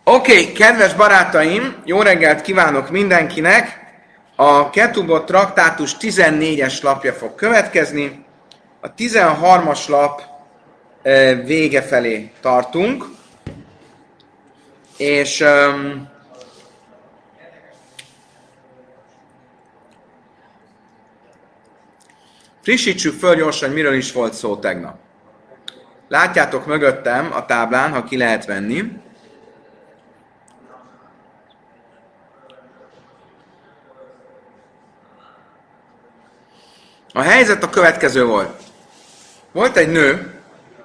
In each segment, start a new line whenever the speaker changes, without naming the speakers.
Oké, kedves barátaim, jó reggelt kívánok mindenkinek! A Ketubot traktátus 14-es lapja fog következni. A 13-as lap vége felé tartunk, és frissítsük föl gyorsan, miről is volt szó tegnap. Látjátok mögöttem a táblán, ha ki lehet venni. A helyzet a következő volt. Volt egy nő,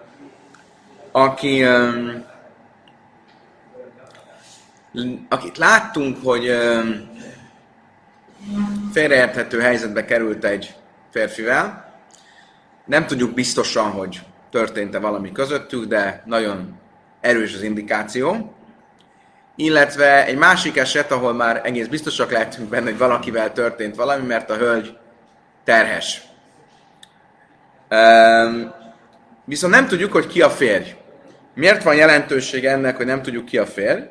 akit láttunk, hogy félreérthető helyzetbe került egy férfivel. Nem tudjuk biztosan, hogy történt-e valami közöttük, de nagyon erős az indikáció. Illetve egy másik eset, ahol már egész biztosak lehetünk benne, hogy valakivel történt valami, mert a hölgy terhes. Viszont nem tudjuk, hogy ki a férj. Miért van jelentősége ennek, hogy nem tudjuk ki a férj?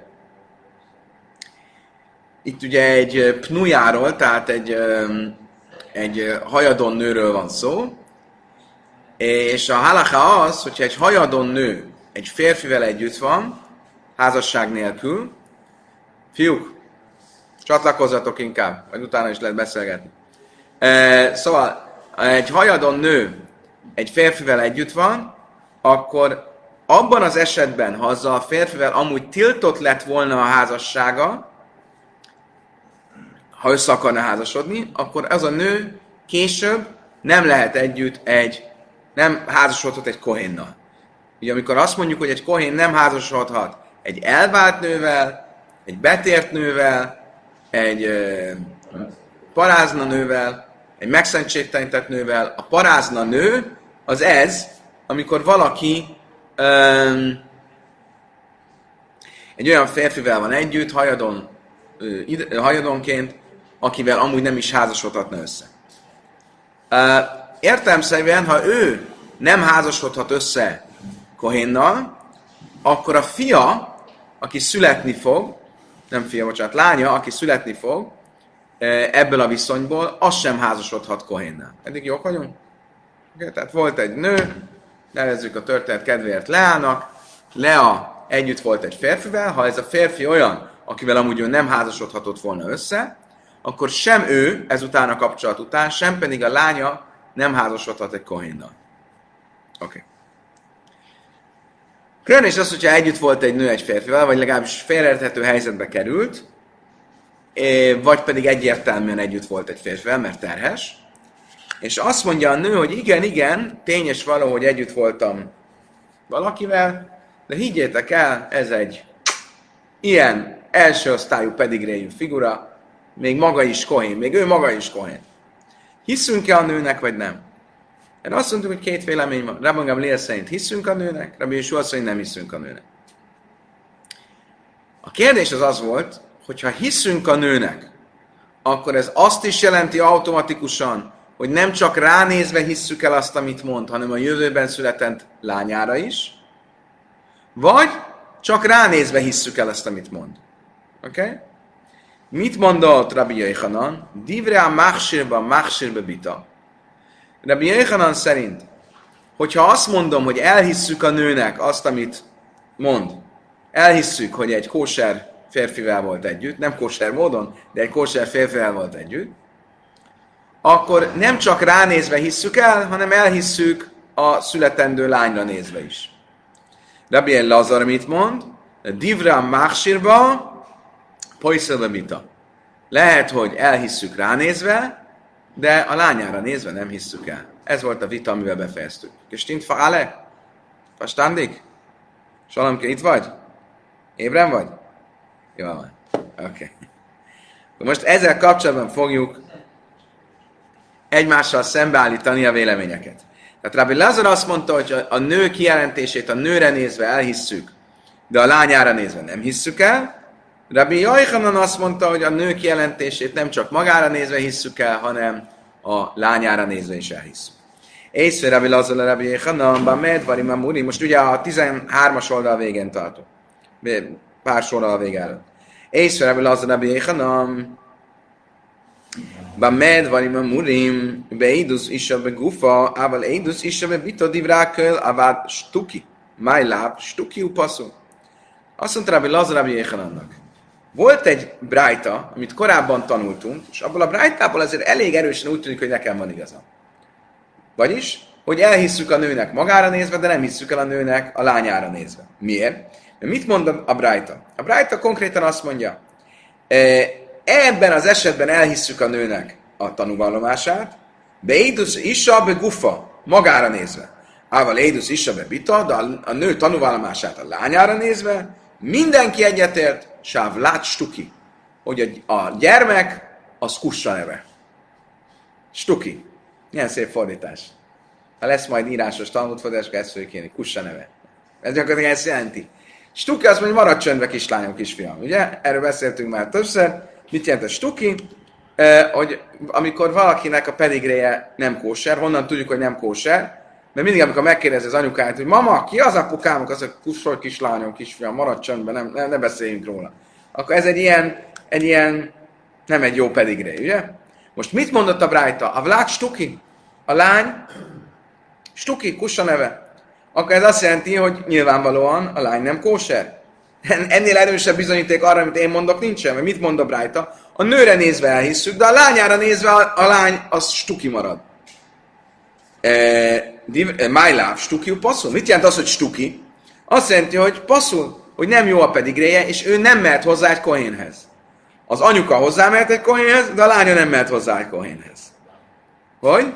Itt ugye egy pnujáról, tehát egy hajadon nőről van szó, és a halacha az, hogyha egy hajadon nő egy férfivel együtt van, házasság nélkül, fiúk, csatlakozzatok inkább, vagy utána is lehet beszélgetni. Szóval, egy hajadon nő egy férfivel együtt van, akkor abban az esetben, ha azzal a férfivel amúgy tiltott lett volna a házassága, ha össze akarna házasodni, akkor az a nő később nem lehet együtt nem házasodhat egy kohénnal. Ugye amikor azt mondjuk, hogy egy kohén nem házasodhat egy elvált nővel, egy betért nővel, egy parázna nővel, egy megszentségtelenített nővel, a parázna nő az ez, amikor valaki egy olyan férfivel van együtt, hajadonként, akivel amúgy nem is házasodhatna össze. Értelemszerűen, ha ő nem házasodhat össze kohénnal, akkor a fia, aki születni fog, nem fia, bocsánat, lánya, aki születni fog, ebből a viszonyból, az sem házasodhat kohénnal. Eddig jók vagyunk? Okay, tehát volt egy nő, nevezzük a történet kedvéért Leának, Lea együtt volt egy férfivel, ha ez a férfi olyan, akivel amúgy ő nem házasodhatott volna össze, akkor sem ő, ezután a kapcsolat után, sem pedig a lánya nem házasodhat egy kohénnal. Oké. Különös az, hogyha együtt volt egy nő egy férfivel, vagy legalábbis félreérthető helyzetbe került, vagy pedig egyértelműen együtt volt egy férfivel, mert terhes, és azt mondja a nő, hogy igen, tényes való, hogy együtt voltam valakivel, de higgyétek el, ez egy ilyen első osztályú pedigréjű figura, még maga is kohén, még ő maga is kohén. Hiszünk-e a nőnek, vagy nem? Én azt mondtuk, hogy két vélemény van. Rabban Gamliel szerint hiszünk a nőnek, Rabbi Yeshua szerint nem hiszünk a nőnek. A kérdés az volt, hogy ha hiszünk a nőnek, akkor ez azt is jelenti automatikusan, hogy nem csak ránézve hisszük el azt, amit mond, hanem a jövőben született lányára is, vagy csak ránézve hisszük el azt, amit mond. Oké? Okay? Mit mondott Rabbi Yochanan? Divre a machsirbe bita. Rabbi Yochanan szerint, hogyha azt mondom, hogy elhisszük a nőnek azt, amit mond, elhisszük, hogy egy kóser férfivel volt együtt, nem kóser módon, de egy kóser férfivel volt együtt, akkor nem csak ránézve hisszük el, hanem elhisszük a születendő lányra nézve is. Rabbi Elazar mit mond? Divra machsirba, poiszelbe bita. Lehet, hogy elhisszük ránézve, de a lányára nézve nem hisszük el. Ez volt a vita, amivel befejeztük. Gestimmt faale? Verstandig? Salamke, itt vagy? Ébren vagy? Jó van. Oké. Most ezzel kapcsolatban fogjuk egymással szembeállítani a véleményeket. Tehát Rabbi Lazar azt mondta, hogy a nő kijelentését a nőre nézve elhisszük, de a lányára nézve nem hisszük el. Rabbi Yochanan azt mondta, hogy a nő kijelentését nem csak magára nézve hisszük el, hanem a lányára nézve is elhisszük. Észre Rabbi Lazar, Rabbi Yochanan, Bamed, Varimam Uri. Most ugye a 13-as oldal végén tartunk. pár sorral a vége előtt. Észre az a Rabbi Jéhanam, Bamed varim a murim, beidus isha begufa, ával eidus isha bebita divráköl, avad stuki. Májláb, stuki upaszul. Azt mondta Rabbi Lazar Rabbi Jéhanamnak. Volt egy brájta, amit korábban tanultunk, és abból a brájtából azért elég erősen úgy tűnik, hogy nekem van igaza. Vagyis, hogy elhisszük a nőnek magára nézve, de nem hisszük el a nőnek a lányára nézve. Miért? Mert mit mond a brájta? A brájta konkrétan azt mondja, ebben az esetben elhisszük a nőnek a tanúvallomását, beidus isha be gufa, magára nézve. Ával eidus isha be bita, de a nő tanúvallomását a lányára nézve, mindenki egyetért, sáv lát stuki, hogy a gyermek az kussa neve. Stuki. Milyen szép fordítás. Ha lesz majd írásos tanulfordítás, akkor ezt fogjuk kérni. Kussa neve. Ez gyakorlatilag ezt jelenti. Stuki azt mondja, hogy maradj csöndbe, kislányom, kisfiam. Ugye? Erről beszéltünk már többször. Mit jelent a stuki? Hogy amikor valakinek a pedigréje nem kóser, honnan tudjuk, hogy nem kóser? Mert mindig, amikor megkérdezi az anyukáját, hogy mama, ki az apukámok, az a kussolj kislányom, kisfiam, maradj csöndbe, ne beszéljünk róla. Akkor ez egy ilyen, nem egy jó pedigré, ugye? Most mit mondott a brájta? A vlád stuki? A lány? Stuki, kussa neve. Akkor ez azt jelenti, hogy nyilvánvalóan a lány nem kóser. Ennél erősebb bizonyíték arra, amit én mondok, nincsen. Mert mit mond a brájta? A nőre nézve elhisszük, de a lányára nézve a lány az stuki marad. My love, stuki passzul. Mit jelent az, hogy stuki? Azt jelenti, hogy passzul, hogy nem jó a pedigréje, és ő nem mehet hozzá egy kohénhez. Az anyuka hozzá mehet egy kohénhez, de a lánya nem mehet hozzá egy kohénhez. Hogy?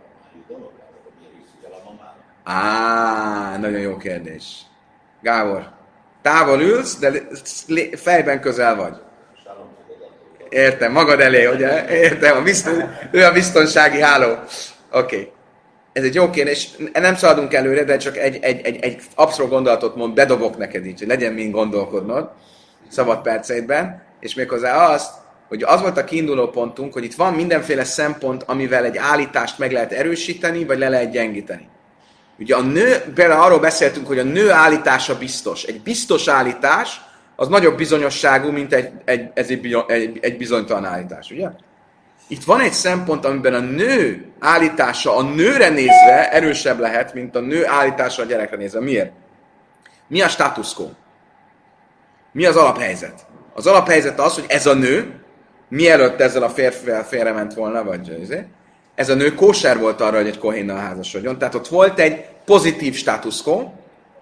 Nagyon jó kérdés. Gábor, távol ülsz, de fejben közel vagy. Értem, magad elé, ugye? Értem, ő a biztonsági háló. Oké. Ez egy jó kérdés. Nem szaladunk előre, de csak egy abszolút gondolatot bedobok neked így, hogy legyen mind gondolkodnod szabad perceidben, és méghozzá azt, hogy az volt a kiinduló pontunk, hogy itt van mindenféle szempont, amivel egy állítást meg lehet erősíteni, vagy le lehet gyengíteni. Ugye a nő, például arról beszéltünk, hogy a nő állítása biztos. Egy biztos állítás az nagyobb bizonyosságú, mint egy bizonytalan állítás, ugye? Itt van egy szempont, amiben a nő állítása a nőre nézve erősebb lehet, mint a nő állítása a gyerekre nézve. Miért? Mi a status quo? Mi az alaphelyzet? Az alaphelyzet az, hogy ez a nő, mielőtt ezzel a férfivel félrement volna, vagy ez a nő kóser volt arra, hogy egy kohénnal házasodjon. Tehát ott volt egy pozitív status quo,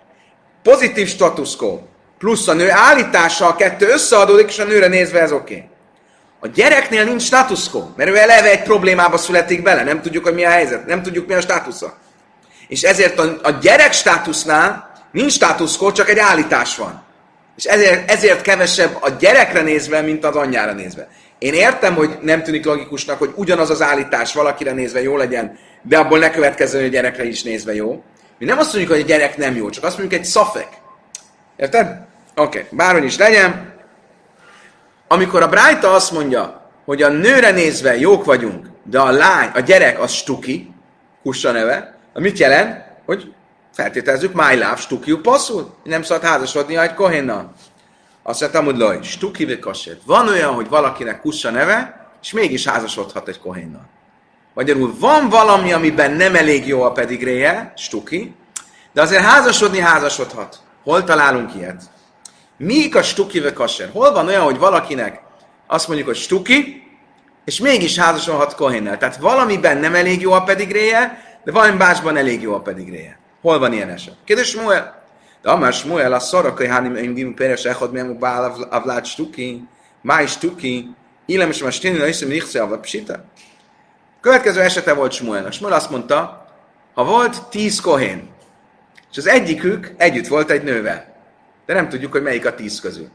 plusz a nő állítása, a kettő összeadódik, és a nőre nézve ez oké. A gyereknél nincs status quo, mert ő eleve egy problémába születik bele, nem tudjuk, hogy mi a helyzet, nem tudjuk, mi a státusza. És ezért a gyerek státusznál nincs status quo, csak egy állítás van. És ezért kevesebb a gyerekre nézve, mint az anyjára nézve. Én értem, hogy nem tűnik logikusnak, hogy ugyanaz az állítás valakire nézve jó legyen, de abból ne következzen, hogy a gyerekre is nézve jó. Mi nem azt mondjuk, hogy a gyerek nem jó, csak azt mondjuk egy szafek. Érted? Oké, bárhogy is legyen. Amikor a brájta azt mondja, hogy a nőre nézve jók vagyunk, de a gyerek az stuki, kussa neve, mit jelent? Hogy feltételezzük, my love, stuki passzul, nem szabad házasodnia egy kohénnal. Azt mondtam, hogy loj, stuki vekasset. Van olyan, hogy valakinek kussa neve, és mégis házasodhat egy kohénnal. Magyarul van valami, amiben nem elég jó a pedigréje, stuki, de azért házasodhat. Hol találunk ilyet? Mik a stuki vekasser? Hol van olyan, hogy valakinek azt mondjuk, hogy stuki, és mégis házasodhat kohénnel. Tehát valamiben nem elég jó a pedigréje, de valami másban elég jó a pedigréje. Hol van ilyen eset? Kérdés Smuel. De amár Smuel a szarakai hánim gimú péres echad mém bál avlát stuki, máj stuki, illem és más tényleg hiszem, nichce avlát psita. Következő esete volt Smuelnak. Smuel azt mondta, ha volt 10 kohén, és az egyikük együtt volt egy nővel, de nem tudjuk, hogy melyik a 10 közül.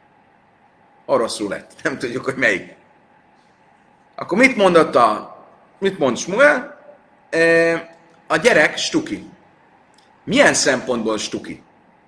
Oroszul lett. Nem tudjuk, hogy melyik. Akkor mit mond Smuel? A gyerek stuki. Milyen szempontból stuki?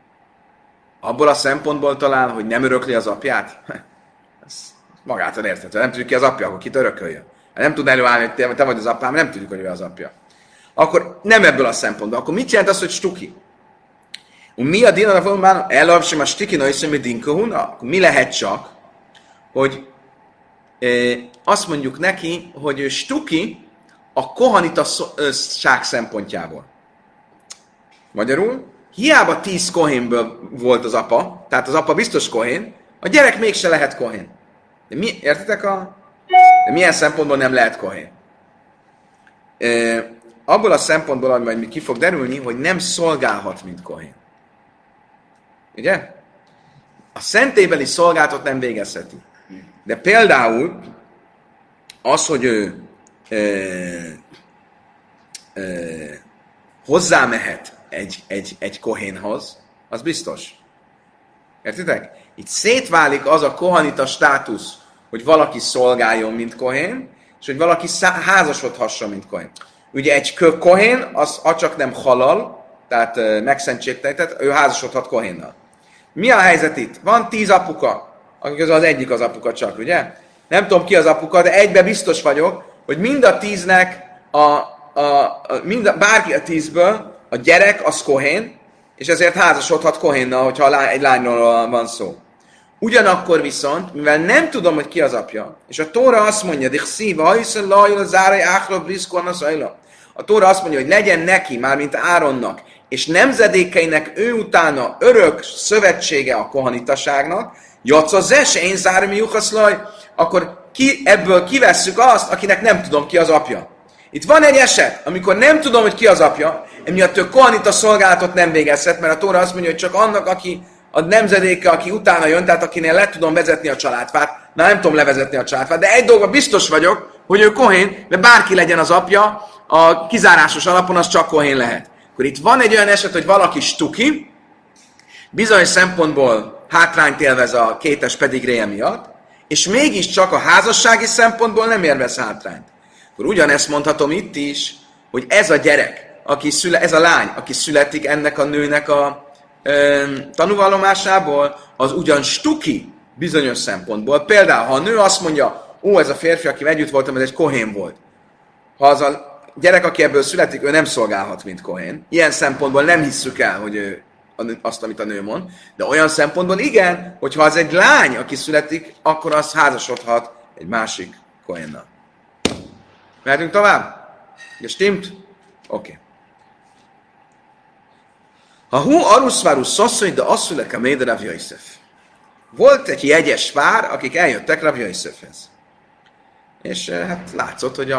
Abból a szempontból talán, hogy nem örökli az apját? Ez magától érthető. Nem tudjuk ki az apja, akkor kit örököljön. Nem tud előállni, hogy te vagy az apám, nem tudjuk, hogy ő az apja. Akkor nem ebből a szempontból. Akkor mit jelent az, hogy stuki? Mi a dinara volna? Elapsim a stikina is, hogy dinkahuna? Mi lehet csak, hogy azt mondjuk neki, hogy ő stuki a kohanitasság szempontjából. Magyarul, hiába 10 kohénből volt az apa, tehát az apa biztos kohén, a gyerek mégse lehet kohén. De értitek de milyen szempontból nem lehet kohén? Abból a szempontból, ami majd ki fog derülni, hogy nem szolgálhat, mint kohén. Ugye? A szentélybeli szolgálatot nem végezheti. De például az, hogy ő hozzámehet egy kohénhoz, az biztos. Értitek? Itt szétválik az a kohanita státusz, hogy valaki szolgáljon, mint kohén, és hogy valaki házasodhasson, mint kohén. Ugye egy kohén, az csak nem halal, tehát megszentségtelített, ő házasodhat kohénnal. Mi a helyzet itt? Van 10 apuka, akik közül az egyik az apuka csak, ugye? Nem tudom ki az apuka, de egyben biztos vagyok, hogy mind a 10-nek, bárki a 10-ből, a gyerek az kohén, és ezért házasodhat kohénnal, hogyha egy lányról van szó. Ugyanakkor viszont, mivel nem tudom, hogy ki az apja, és a Tóra azt mondja, a Tóra azt mondja, hogy legyen neki, mármint Áronnak, és nemzedékeinek ő utána örök szövetsége a kohanitaságnak, jacazes, én zármi juhaszlaj, akkor ebből kivesszük azt, akinek nem tudom ki az apja. Itt van egy eset, amikor nem tudom, hogy ki az apja, emiatt ő kohanita szolgálatot nem végezhet, mert a Tóra azt mondja, hogy csak annak, aki a nemzedéke, aki utána jön, tehát akinél le tudom vezetni a családfát, nem tudom levezetni a családfát, de egy dolga biztos vagyok, hogy ő kohén, de bárki legyen az apja, a kizárásos alapon az csak kohén lehet. Akkor itt van egy olyan eset, hogy valaki stuki, bizonyos szempontból hátrányt élvez a kétes pedigréje miatt, és mégiscsak a házassági szempontból nem élvez hátrányt. Akkor ugyanezt mondhatom itt is, hogy ez a gyerek, ez a lány, aki születik ennek a nőnek a tanúvallomásából, az ugyan stuki bizonyos szempontból. Például, ha a nő azt mondja, ez a férfi, aki együtt voltam, ez egy kohén volt. Ha az a gyerek, aki ebből születik, ő nem szolgálhat, mint kohén. Ilyen szempontból nem hisszük el, hogy ő azt, amit a nő mond. De olyan szempontból igen, hogyha az egy lány, aki születik, akkor az házasodhat egy másik kohénnal. Mehetünk tovább? Gestimmt? Oké. Ha hu aruszvárus szasszony, de asszulek a méde Rav Yosef. Volt egy jegyes pár, akik eljöttek Rav Yosefhez. És hát látszott, hogy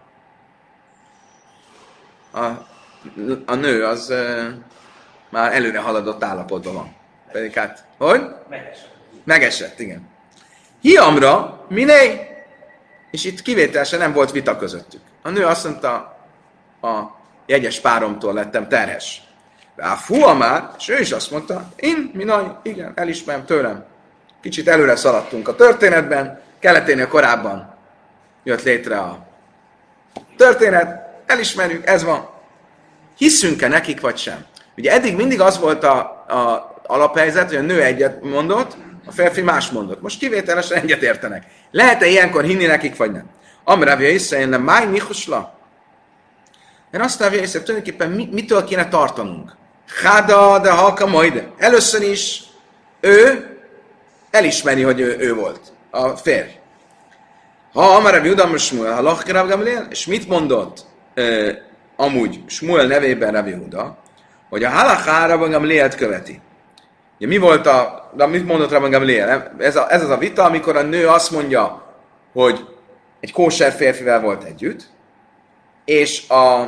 a nő az már előre haladott állapotban van. Pedig hát, hogy? Megesett, igen. Hiamra, miné? És itt kivételesen nem volt vita közöttük. A nő azt mondta, a jegyes páromtól lettem terhes. A fua már, és ő is azt mondta, igen, elismerem tőlem. Kicsit előre szaladtunk a történetben, Keleténél korábban jött létre a történet, elismerjük, ez van. Hiszünk-e nekik, vagy sem? Ugye eddig mindig az volt a alaphelyzet, hogy a nő egyet mondott, a férfi más mondott. Most kivételesen egyet értenek. Lehet-e ilyenkor hinni nekik, vagy nem? Amravja észre, nem máj mihusla? Mert azt mondja, hogy tulajdonképpen mitől kéne tartanunk? Háda, de halka majd. Először is ő elismeri, hogy ő volt a férj. Ha Amarav Judam Smuel, ha Lachkerav Gamliel, és mit mondott amúgy Smuel nevében Rav Yehuda, hogy a halachá Rav Gamlielt követi. Ja, mit mondott Rav Gamliel? Ez az a vita, amikor a nő azt mondja, hogy egy kóser férfivel volt együtt, és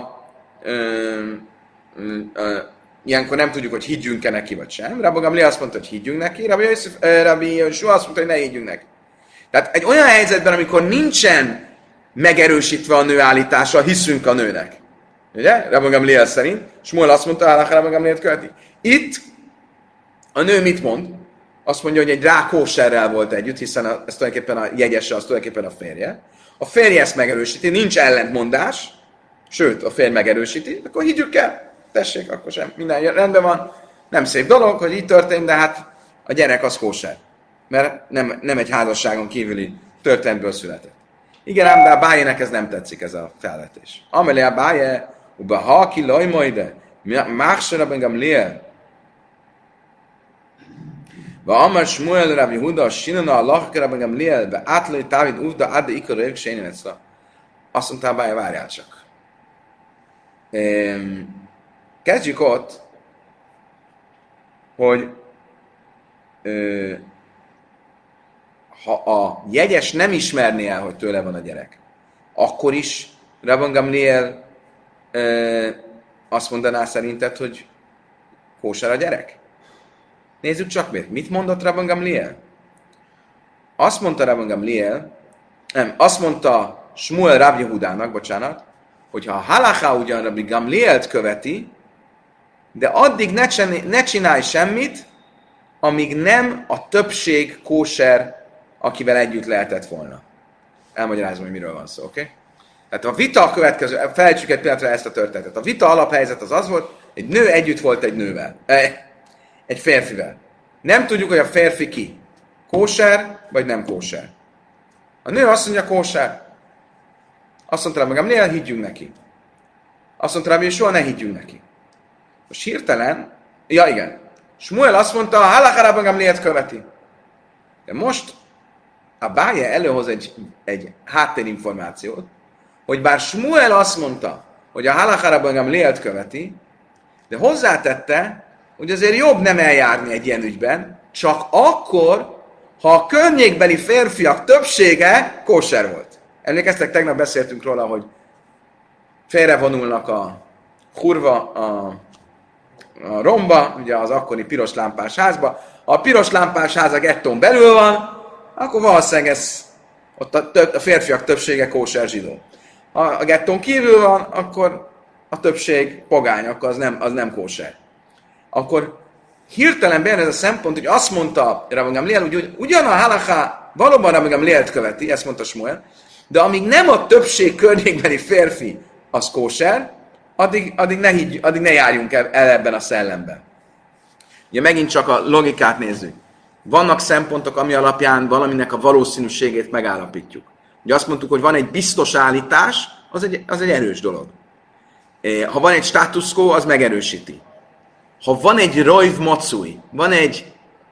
ilyenkor nem tudjuk, hogy higgyünk-e neki, vagy sem. Rav Gamliel azt mondta, hogy higgyünk neki, Rabbi Yeshua azt mondta, hogy ne higgyünk neki. Tehát egy olyan helyzetben, amikor nincsen megerősítve a nő állítása, hiszünk a nőnek. Ugye? Rav Gamliel szerint. Smuel azt mondta, hogy Rav Gamlielt követi. Itt a nő mit mond? Azt mondja, hogy egy rákóserrel volt együtt, hiszen ez tulajdonképpen a jegyese, az tulajdonképpen a férje. A férje ezt megerősíti, nincs ellentmondás, sőt, a férj megerősíti, akkor higgyük el. Tessék, akkor sem, minden rendben van. Nem szép dolog, hogy így történt, de hát a gyerek az kóser. Mert nem egy házasságon kívüli történetből született. Igen, ám, de a Bájének ez nem tetszik, ez a felvetés. Amelé a Bájé, uba ha ki laj majde, máksora ben Gamliel, Va Amar Shmuel Rabbi Huda, Sinana, Allah Rabbi Gamliel, be átlői Távid Uvda, Adde Ikar Rövök, Sénénetszla. Azt mondta, várjál csak. Kezdjük ott, hogy ha a jegyes nem ismerné el, hogy tőle van a gyerek, akkor is Rabban Gamliel azt mondaná szerinted, hogy kóser a gyerek? Nézzük csak miért. Mit mondott Rabban Gamliel? Azt mondta Rabban Gamliel, azt mondta Shmuel Rabbi Hudának, bocsánat, hogy ha a halacha ugyan Rabbi Gamlielt követi, de addig ne csinálj semmit, amíg nem a többség kóser, akivel együtt lehetett volna. Elmagyarázom, hogy miről van szó, oké? Okay? Tehát a vita a következő, felejtsük egy pillanatra ezt a történetet. A vita alaphelyzet az volt, egy nő együtt volt egy nővel, egy férfivel. Nem tudjuk, hogy a férfi ki. Kóser, vagy nem kóser. A nő azt mondja, kóser. Azt mondta rá, magam, higgyünk neki. Azt mondta rá, hogy soha ne higgyünk neki. Most hirtelen, ja igen, Shmuel azt mondta, a halacha Gamlielt követi. De most a Báje előhoz egy háttérinformációt, hogy bár Shmuel azt mondta, hogy a halacha Gamlielt követi, de hozzátette, hogy azért jobb nem eljárni egy ilyen ügyben, csak akkor, ha a környékbeli férfiak többsége kóser volt. Emlékeztek, tegnap beszéltünk róla, hogy félrevonulnak a hurva, a romba, ugye az akkori piros lámpás házba. Ha a piros lámpás ház a gettón belül van, akkor valószínűleg ott a férfiak többsége kóser zsidó. Ha a gettón kívül van, akkor a többség pogány, akkor az nem kóser. Akkor hirtelen bejön ez a szempont, hogy azt mondta Rabban Gamliel, hogy ugyan a halacha valóban Rabban Gamlielt követi, ezt mondta Shmuel, de amíg nem a többség környékbeli férfi az kóser, addig ne járjunk el ebben a szellemben. Ugye megint csak a logikát nézzük. Vannak szempontok, ami alapján valaminek a valószínűségét megállapítjuk. Ugye azt mondtuk, hogy van egy biztos állítás, az egy erős dolog. Ha van egy status quo, az megerősíti. Ha van egy rojv macui, van egy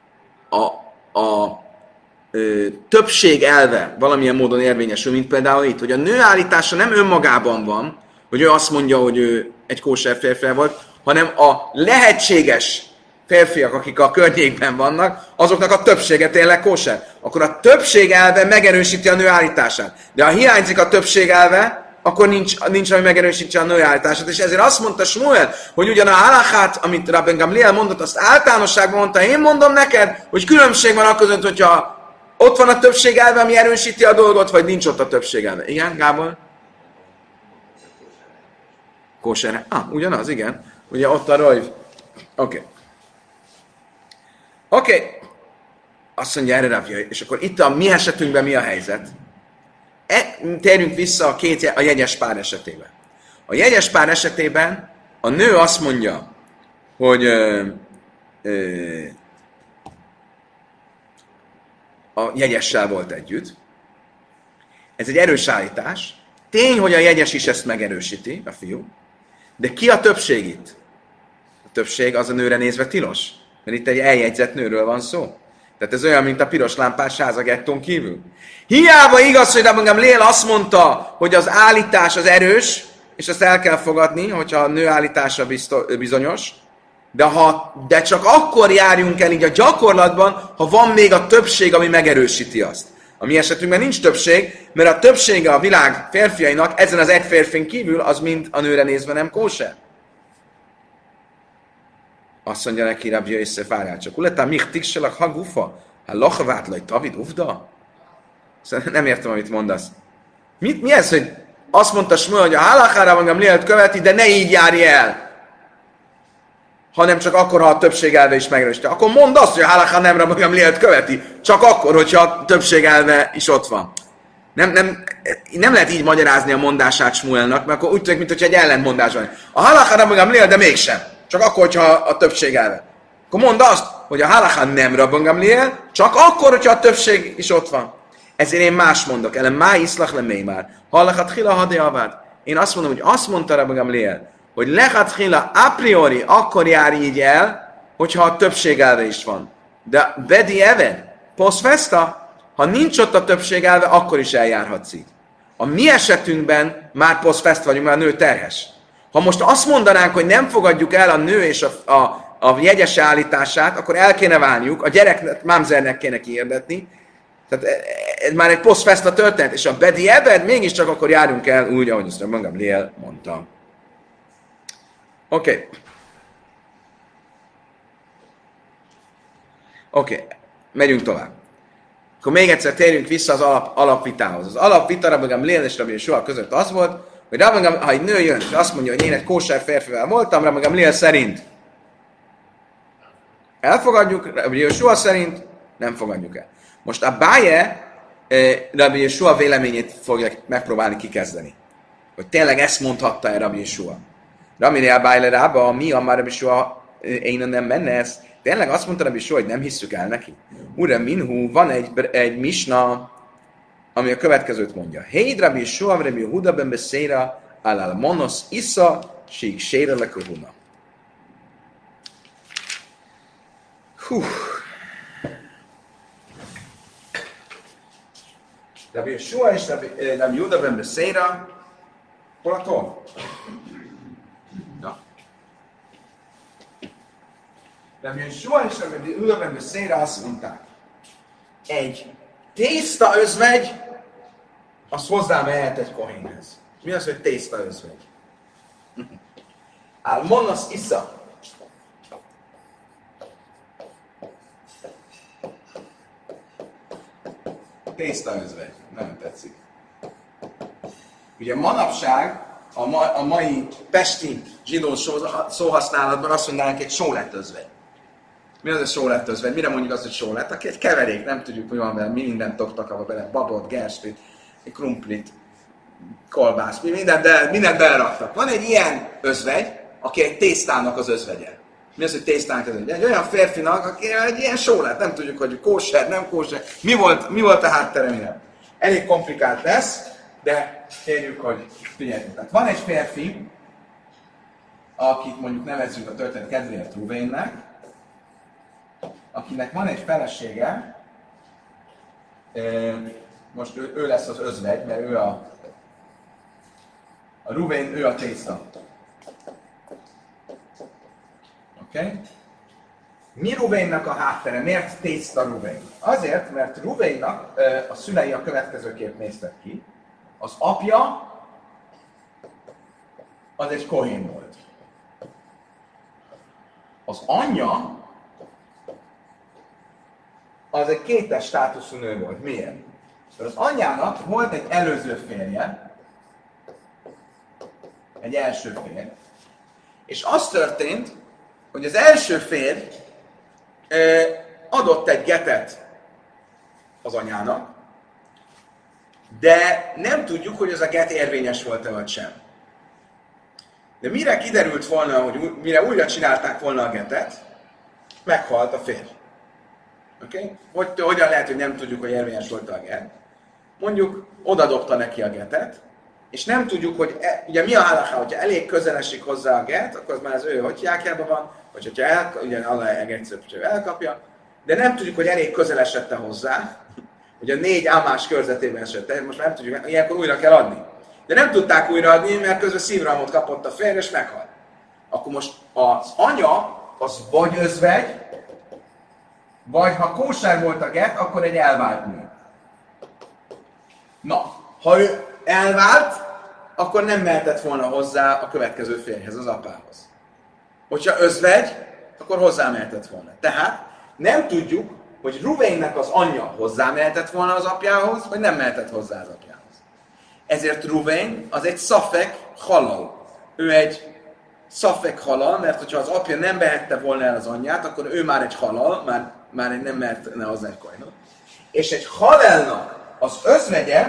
többség elve valamilyen módon érvényesül, mint például itt, hogy a nő állítása nem önmagában van, hogy ő azt mondja, hogy ő egy kóser férfi volt, hanem a lehetséges férfiak, akik a környékben vannak, azoknak a többsége tényleg kóser. Akkor a többség elve megerősíti a nő állítását. De ha hiányzik a többség elve, akkor nincs ami megerősítse a nő állítását. És ezért azt mondta Shmuel, hogy ugyan a halachát, amit Rabban Gamliel mondott, azt általánosságban mondta, én mondom neked, hogy különbség van között, hogyha ott van a többség elve, ami erősíti a dolgot, vagy nincs ott a többség elve. Igen, Gábor? Kóser. Ugyanaz, igen. Ugye ott a rajv. Oké. Azt mondja erre Ravja, és akkor itt a mi esetünkben mi a helyzet? Térjünk vissza a jegyes pár esetében. A jegyes pár esetében a nő azt mondja, hogy a jegyessel volt együtt. Ez egy erős állítás. Tény, hogy a jegyes is ezt megerősíti, a fiú. De ki a többség itt? A többség az a nőre nézve tilos. Mert itt egy eljegyzett nőről van szó. Tehát ez olyan, mint a piros lámpás ház a gettón kívül. Hiába igaz, hogy Rabban Gamliel azt mondta, hogy az állítás az erős, és azt el kell fogadni, hogyha a nő állítása bizonyos, de csak akkor járjunk el így a gyakorlatban, ha van még a többség, ami megerősíti azt. A mi esetünkben nincs többség, mert a többsége a világ férfiainak ezen az egy férfin kívül, az mind a nőre nézve nem kóser. Azt mondja neki Rabbi Yosef, várjál csak. Uletán mich tikselak ha gufa? Ha lachavát laj tavid ufda? Szóval nem értem, amit mondasz. Mi ez, hogy azt mondta Shmuel, hogy a halachára van Gamlielt követi, de ne így járj el. Hanem csak akkor, ha a többség elve is megerősíti. Akkor mondd azt, hogy a halachá nem Rabban Gamlielt követi. Csak akkor, hogyha a többség elve is ott van. Nem lehet így magyarázni a mondását Shmuelnak, mert akkor úgy tűnik, mintha egy ellentmondás van. A halachá Rabban Gamliel, de mégsem. Csak akkor, hogyha a többség elve. Akkor mondd azt, hogy a halachá nem Rabban Gamliel, csak akkor, hogyha a többség is ott van. Ezért én más mondok. Ellen má iszlach le mély már. Halachat hila hadé avád. Én azt mondom, hogy azt mondta Rabban Gamliel, hogy lechat hila a priori akkor jár így el, hogyha a többség elve is van. De Bedi Even, poszfesta, ha nincs ott a többség elve, akkor is eljárhatsz így. A mi esetünkben már poszfest vagyunk, mert a nő terhes. Ha most azt mondanánk, hogy nem fogadjuk el a nő és a jegyes állítását, akkor el kéne válniuk, a gyerek mámzernek kéne kihirdetni, tehát ez már egy poszfesta történet, és a Bedi Ebed mégiscsak akkor járjunk el úgy, ahogy azt magam Liel mondta. Oké. Oké, megyünk tovább. Akkor még egyszer térjünk vissza az alapvitához. Az alapvita Rabbi Gamliel és Rabbi Jesua között az volt, hogy ha egy nő jön, és azt mondja, hogy én egy kóser férfivel voltam, Rabbi Gamliel szerint elfogadjuk, Rabbi Jesua szerint nem fogadjuk el. Most a Báje Rabbi Jesua véleményét fogja megpróbálni kikezdeni. Hogy tényleg ezt mondhatta-e Rabbi Jesua. Rabbi Báje rába, mi a már Rabbi Jesua, én nem menne ez. Tényleg azt mondta Rabbi Jesua, hogy nem hisszük el neki. Ura minhu, van egy misna, ami a következőt mondja. Héd Rabbi Jesua, Rabbi Yehuda ben Beseira, alal monos issa, sík sére lekuhuna. Rabbi Jesua és Rabbi Yehuda ben Beseira, hol a toll? Rabbi Jesua és Rabbi Yehuda ben Beseira azt mondták, egy tészta özvegy, az hozzá mehet egy kohénhez. Mi az, hogy tészta özvegy? Monos issa. Tészta özvegy. Nem tetszik. Ugye manapság a mai pesti zsidó szóhasználatban azt mondanánk, egy sólett özvegy. Mi az a sólett özvegy? Mire mondjuk azt, hogy sólett? Aki egy keverék, nem tudjuk, hogy van vele, mi mindent toktak abba bele, babot, gerstét, krumplit, kolbászt, mindent beleraktak. Van egy ilyen özvegy, aki egy tésztának az özvegye. Mi az, hogy tésztának az özvegye? Egy olyan férfinak, aki egy ilyen sólett, nem tudjuk, hogy kóser, nem kóser. Mi volt a háttere, mi nem? Elég komplikált lesz, de kérjük, hogy figyeljetek. Tehát van egy férfi, akit mondjuk nevezzük a történet kedvéért Ruvénnek, akinek van egy felesége, most ő lesz az özvegy, mert ő a Ruvén, ő a tészta. Oké? Mi Ruvénnak a háttere? Miért tészta Ruvén? Azért, mert Ruvénnak a szülei a következőképp néztek ki. Az apja az egy kohén volt. Az anyja az egy kétes státuszú nő volt. Miért? Mert az anyjának volt egy előző férje, egy első férj, és az történt, hogy az első férj adott egy getet az anyának, de nem tudjuk, hogy az a get érvényes volt-e vagy sem. De mire kiderült volna, hogy mire újra csinálták volna a getet, meghalt a férj. Oké? Hogyan lehet, hogy nem tudjuk, hogy érvényes volt a get? Mondjuk, odadobta neki a getet, és nem tudjuk, hogy ugye mi a halaká, hogyha elég közel esik hozzá a get, akkor az már az ő hotyjákjában van, vagy hogyha ugye egyszer elkapja, de nem tudjuk, hogy elég közel esette hozzá, hogy a 4 ámás körzetében esett, most már nem tudjuk, ilyenkor újra kell adni. De nem tudták újraadni, mert közben szívrohamot kapott a férj, és meghalt. Akkor most az anya, az vagy özvegy, vagy ha kóser volt a get, akkor egy elvált nő. Na, ha ő elvált, akkor nem mehetett volna hozzá a következő férjhez, az apához. Hogyha özvegy, akkor hozzá mehetett volna. Tehát nem tudjuk, hogy Ruvénnek az anyja hozzá mehetett volna az apjához, vagy nem mehetett hozzá az apjához. Ezért Ruvén az egy szafek halal. Ő egy szafek halal, mert hogyha az apja nem behette volna el az anyját, akkor ő már egy halal, már nem mehetne hozzá egy kohénot. És egy halelnak az özvegye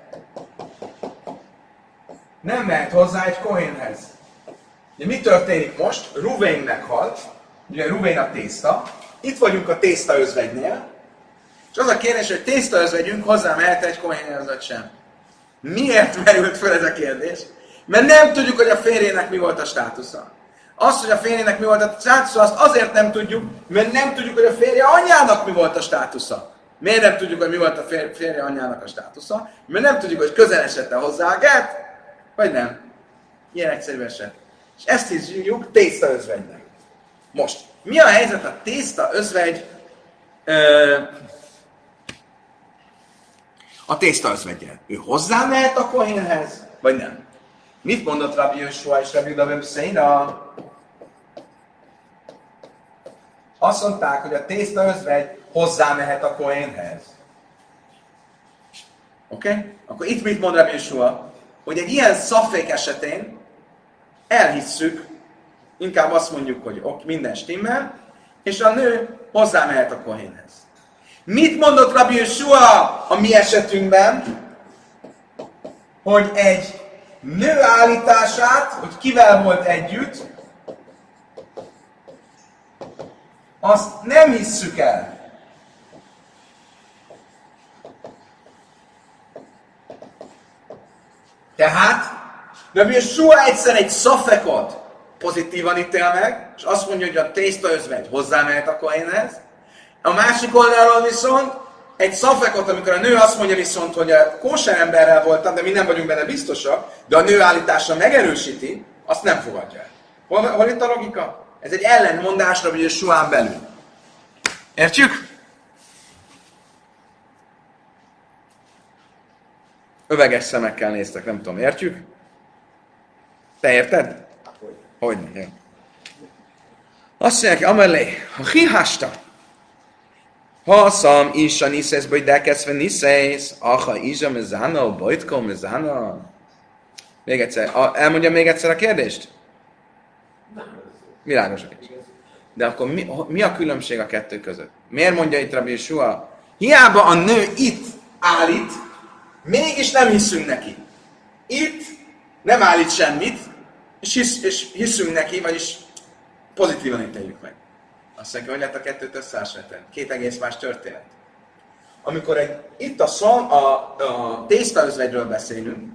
nem mehet hozzá egy kohénhez. Ugye mi történik most? Ruvén meghalt, ugye Ruvén a tészta, itt vagyunk a tészta özvegynél, és az a kérdés, hogy tészta özvegyünk hozzá mehet egy kohénhez vagy sem. Miért merült fel ez a kérdés? Mert nem tudjuk, hogy a férjének mi volt a státusza. Azt, hogy a férjének mi volt a státusza, azt azért nem tudjuk, mert nem tudjuk, hogy a férje anyjának mi volt a státusza. Miért nem tudjuk, hogy mi volt a férje anyjának a státusza? Mert nem tudjuk, hogy közel esett-e hozzá a get, vagy nem. Ilyen egyszerű eset. És ezt hívjuk tészta özvegynek. Most, mi a helyzet a tészta özvegy a tészta özvegyen? Ő hozzá mehet a kohénhez, vagy nem? Mit mondott Rabbi Jósua és Rabbi Juda ben Husaina? Azt mondták, hogy a tészta özvegy hozzá mehet a kohénhez. Oké? Okay? Akkor itt mit mond Rabbi Jósua? Hogy egy ilyen szafék esetén elhisszük, inkább azt mondjuk, hogy minden stimmel, és a nő hozzá mehet a kohénhez. Mit mondott Rabbi Jósua a mi esetünkben? Hogy egy nő állítását, hogy kivel volt együtt, azt nem hisszük el. Tehát Rabbi Jósua egyszer egy szafekot pozitívan ítél meg, és azt mondja, hogy a tészta özvegy hozzámehet a kohénhez. A másik oldalról viszont egy szafekot, amikor a nő azt mondja viszont, hogy a kóser emberrel voltam, de mi nem vagyunk benne biztosak, de a nő állítása megerősíti, azt nem fogadja el. Hol itt a logika? Ez egy ellentmondás Rabbi Jósuán belül. Értjük? Öveges szemekkel néztek, nem tudom, értjük? Te érted? Hogy nem? Azt mondják, amelé, ha hihasta, ha szam isha niszesz, vagy dekeszve niszesz, aha isha mezana, bajtka mezana. Még egyszer, elmondjam még egyszer a kérdést? Világos a kérdés. De akkor mi a különbség a kettő között? Miért mondja itt Rabbi Jósua? Hiába a nő itt állít, mégis nem hiszünk neki. Itt nem állít semmit, és hiszünk neki, vagyis pozitívan ítéljük meg. Azt mondja, hogy lehet a kettőt összehasonlítani. Két egész más történet. Amikor itt a tésztaözvegyről beszélünk,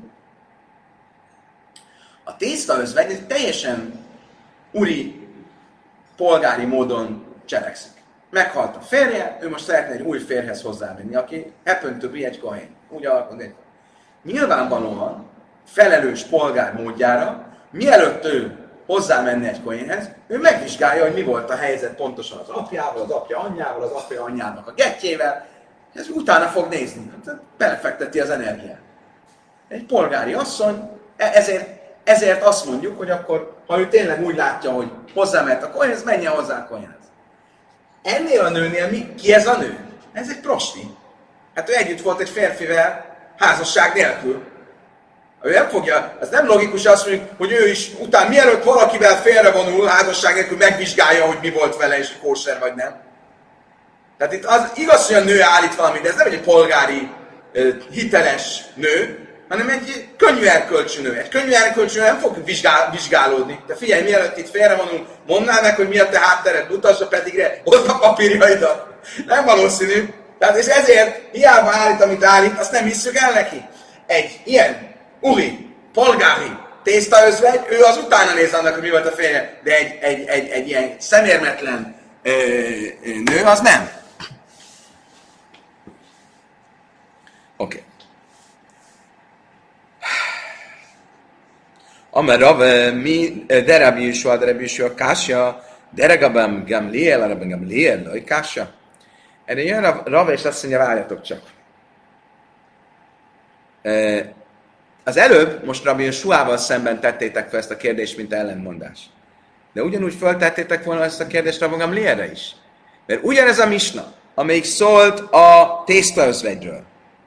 a tésztaözvegy egy teljesen uri, polgári módon cselekszik. Meghalt a férje, ő most szeretne egy új férhez hozzávenni, aki happen to be egy kohén. Úgy alakul. Nyilvánvalóan felelős polgár módjára, mielőtt ő hozzámenni egy kohénhez, ő megvizsgálja, hogy mi volt a helyzet pontosan az apjával, az apja anyjával, az apja anyjának a gettjével, ez utána fog nézni. Belefekteti az energiát. Egy polgári asszony, ezért azt mondjuk, hogy akkor, ha ő tényleg úgy látja, hogy hozzámehet a kohénhez, menjen hozzá a kohénhez. Ennél a nőnél ki ez a nő? Ez egy prosti. Hát ő együtt volt egy férfivel házasság nélkül. Ő nem fogja, ez nem logikus azt mondjuk, hogy ő is utána mielőtt valakivel félrevonul házasság nélkül megvizsgálja, hogy mi volt vele és kóser vagy nem. Tehát itt az igaz, hogy a nő állít valamit, de ez nem egy polgári, hiteles nő, hanem egy könnyű erkölcsű nő. Egy könnyű erkölcsű nő nem fog vizsgálódni. De figyelj, mielőtt itt félrevonul, mondd meg, hogy mi a te háttered, mutasd a pedigre, hozd a papírjaidat. Nem valószínű. Tehát és ezért hiába állít, amit állít, azt nem hisszük el neki. Egy ilyen uri, polgári tésztaözvegy, ő az utána néz annak, hogy mi volt a férje, de egy ilyen szemérmetlen nő, az nem. Oké. Amarav mi Rabbi Jósua kásja, Rabbi Gamliel, loj kásja. Erre jön Rav és azt mondja, várjatok csak. Az előbb, most Rabbi Jósuával szemben tettétek fel ezt a kérdést, mint ellentmondás. De ugyanúgy feltettétek volna ezt a kérdést Rabbi Gamlielre is. Mert ugyanez a misna, amelyik szólt a tésztaözvegyről.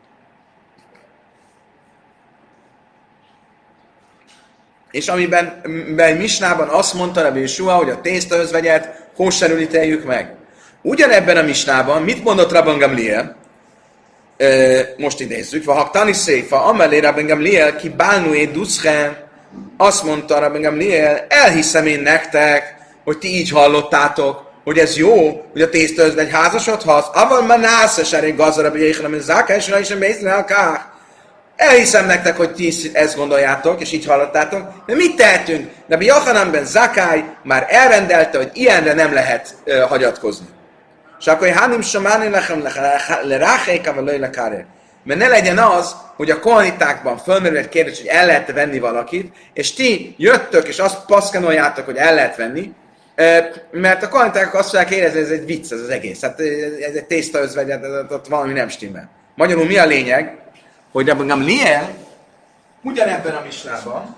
És amiben misnában azt mondta Rabbi Jósua, hogy a tésztaözvegyet kóserül ítéljük meg. Ugyanebben a misnában mit mondott Rabbi Gamliel? Most idézzük, ha Tani Széfa, amelé Rabbi Gamliel ki bálnué duszchen, azt mondta Rabbi Gamliel, elhiszem én nektek, hogy ti így hallottátok, hogy ez jó, hogy a tésztaözvegy házasodhatsz, aval manászes erén gazra Rabbi Jéhanan, mint záká, és is mészlen elkák. Elhiszem nektek, hogy ti ezt gondoljátok, és így hallottátok, de mit tehetünk? Rabbi Yochanan ben Zakkai már elrendelte, hogy ilyenre nem lehet hagyatkozni. És akkor Hánim Samáni lechem leráhéka vagy lejlekáre. Mert ne legyen az, hogy a kohanitákban fölmerül egy kérdés, hogy el lehet venni valakit, és ti jöttök, és azt paszkanoljátok, hogy el lehet venni, mert a kohaniták azt fogják érezni, hogy ez egy vicc, ez az egész. Hát ez egy tésztaözvegy, ott valami nem stimmel. Magyarul mi a lényeg? Hogy Rabbi Gamliel ugyanebben a misnában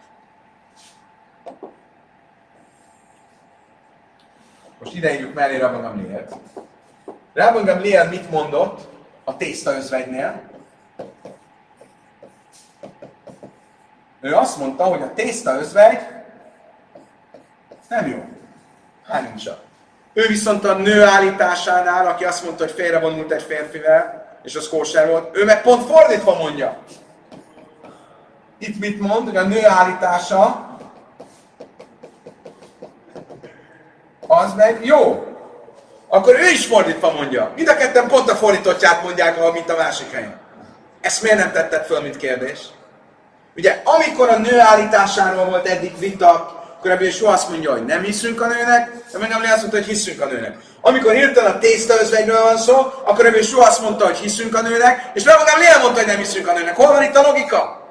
most ideírjuk mellé Rabbi Gamlielt. Rabbi Gamliel mit mondott a tésztaözvegynél? Ő azt mondta, hogy a tésztaözvegy nem jó. Hányunksa. Ő viszont a nő állításánál, aki azt mondta, hogy félrevonult egy férfivel, és az kóser volt, ő meg pont fordítva mondja. Itt mit mond, hogy a nő állítása az meg jó. Akkor ő is fordítva mondja. Mind a ketten pont a fordítottját mondják, mint a másik helyen. Ezt miért nem tetted föl, mint kérdés? Ugye, amikor a nő állításáról volt eddig vita, akkor ebből soha azt mondja, hogy nem hiszünk a nőnek, de meg nem azt mondta, hogy hiszünk a nőnek. Amikor hirtelen a tésztaözvegyről van szó, akkor ebből soha azt mondta, hogy hiszünk a nőnek, és Rabbi Gamliel mondta, hogy nem hiszünk a nőnek. Hol van itt a logika?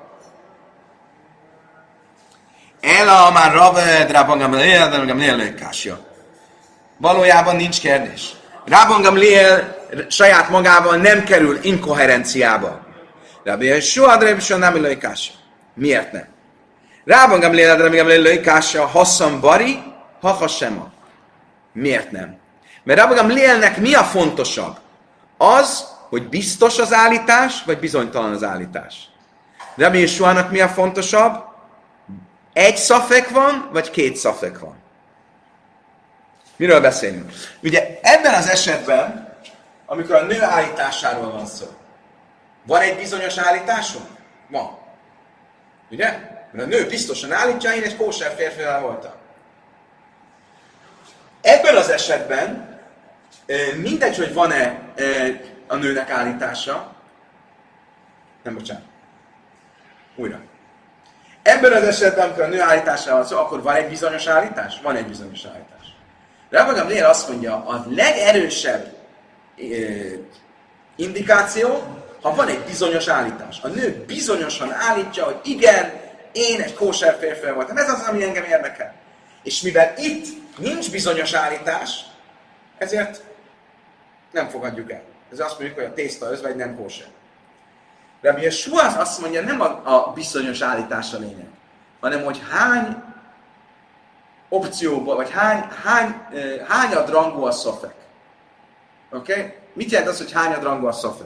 Ela már Rabbi Gamliel lőkásja. Valójában nincs kérdés. Rabbi Gamliel saját magával nem kerül inkoherenciába. Rabbi Yeshua nem lőkásja. Miért nem? Rabbi Gamliel lőkásja Hassan Bari, Hachasema. Miért nem? Mert Rabbi Gamlielnek mi a fontosabb? Az, hogy biztos az állítás, vagy bizonytalan az állítás. Rabbi Yeshuának mi a fontosabb? Egy szafek van, vagy két szafek van? Miről beszélünk? Ugye ebben az esetben, amikor a nő állításáról van szó, van egy bizonyos állításunk? Van. Ugye? Mert a nő biztosan állítja, én egy kóser férfivel voltam. Ebben az esetben mindegy, hogy van-e a nőnek állítása. Nem, bocsánat. Újra. Ebben az esetben, amikor a nő állítására van szó, akkor van egy bizonyos állítás? Van egy bizonyos állítás. Rabbi Gamliel azt mondja, a legerősebb indikáció, ha van egy bizonyos állítás. A nő bizonyosan állítja, hogy igen, én egy kóser férfi voltam. Ez az, ami engem érdekel. És mivel itt nincs bizonyos állítás, ezért nem fogadjuk el. Ez azt mondjuk, hogy a tésztaözvegy nem kóser. Rabbi Yeshua azt mondja, nem a bizonyos állítás a lényeg, hanem hogy hány opcióból, vagy hányadrangú a szofek. Oké? Okay? Mit jelent az, hogy hányadrangú a szofek?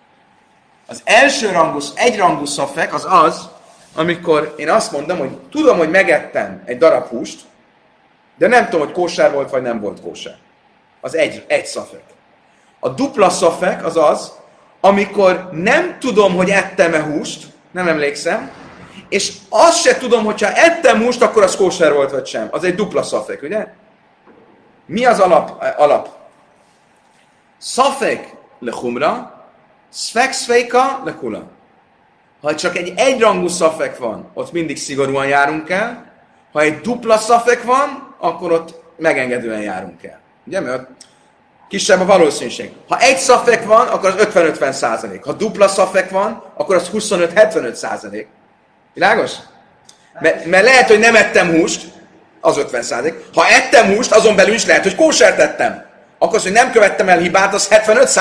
Az első rangú, egyrangú szofek az az, amikor én azt mondom, hogy tudom, hogy megettem egy darab húst, de nem tudom, hogy kóser volt, vagy nem volt kóser. Az egy szofek. A dupla szofek az az, amikor nem tudom, hogy ettem-e húst, nem emlékszem, és azt se tudom, hogyha ettem húst, akkor az kóser volt, vagy sem. Az egy dupla szafek, ugye? Mi az alap? Szafek le humra, szfek szfejka le kula. Ha csak egy egyrangú szafek van, ott mindig szigorúan járunk el. Ha egy dupla szafek van, akkor ott megengedően járunk el. Ugye? Mert kisebb a valószínűség. Ha egy szafek van, akkor az 50-50%. Ha dupla szafek van, akkor az 25-75%. Világos? Mert lehet, hogy nem ettem húst, az 50%. Ha ettem húst, azon belül is lehet, hogy kósert ettem. Akkor az, hogy nem követtem el hibát, az 75%.
Ha az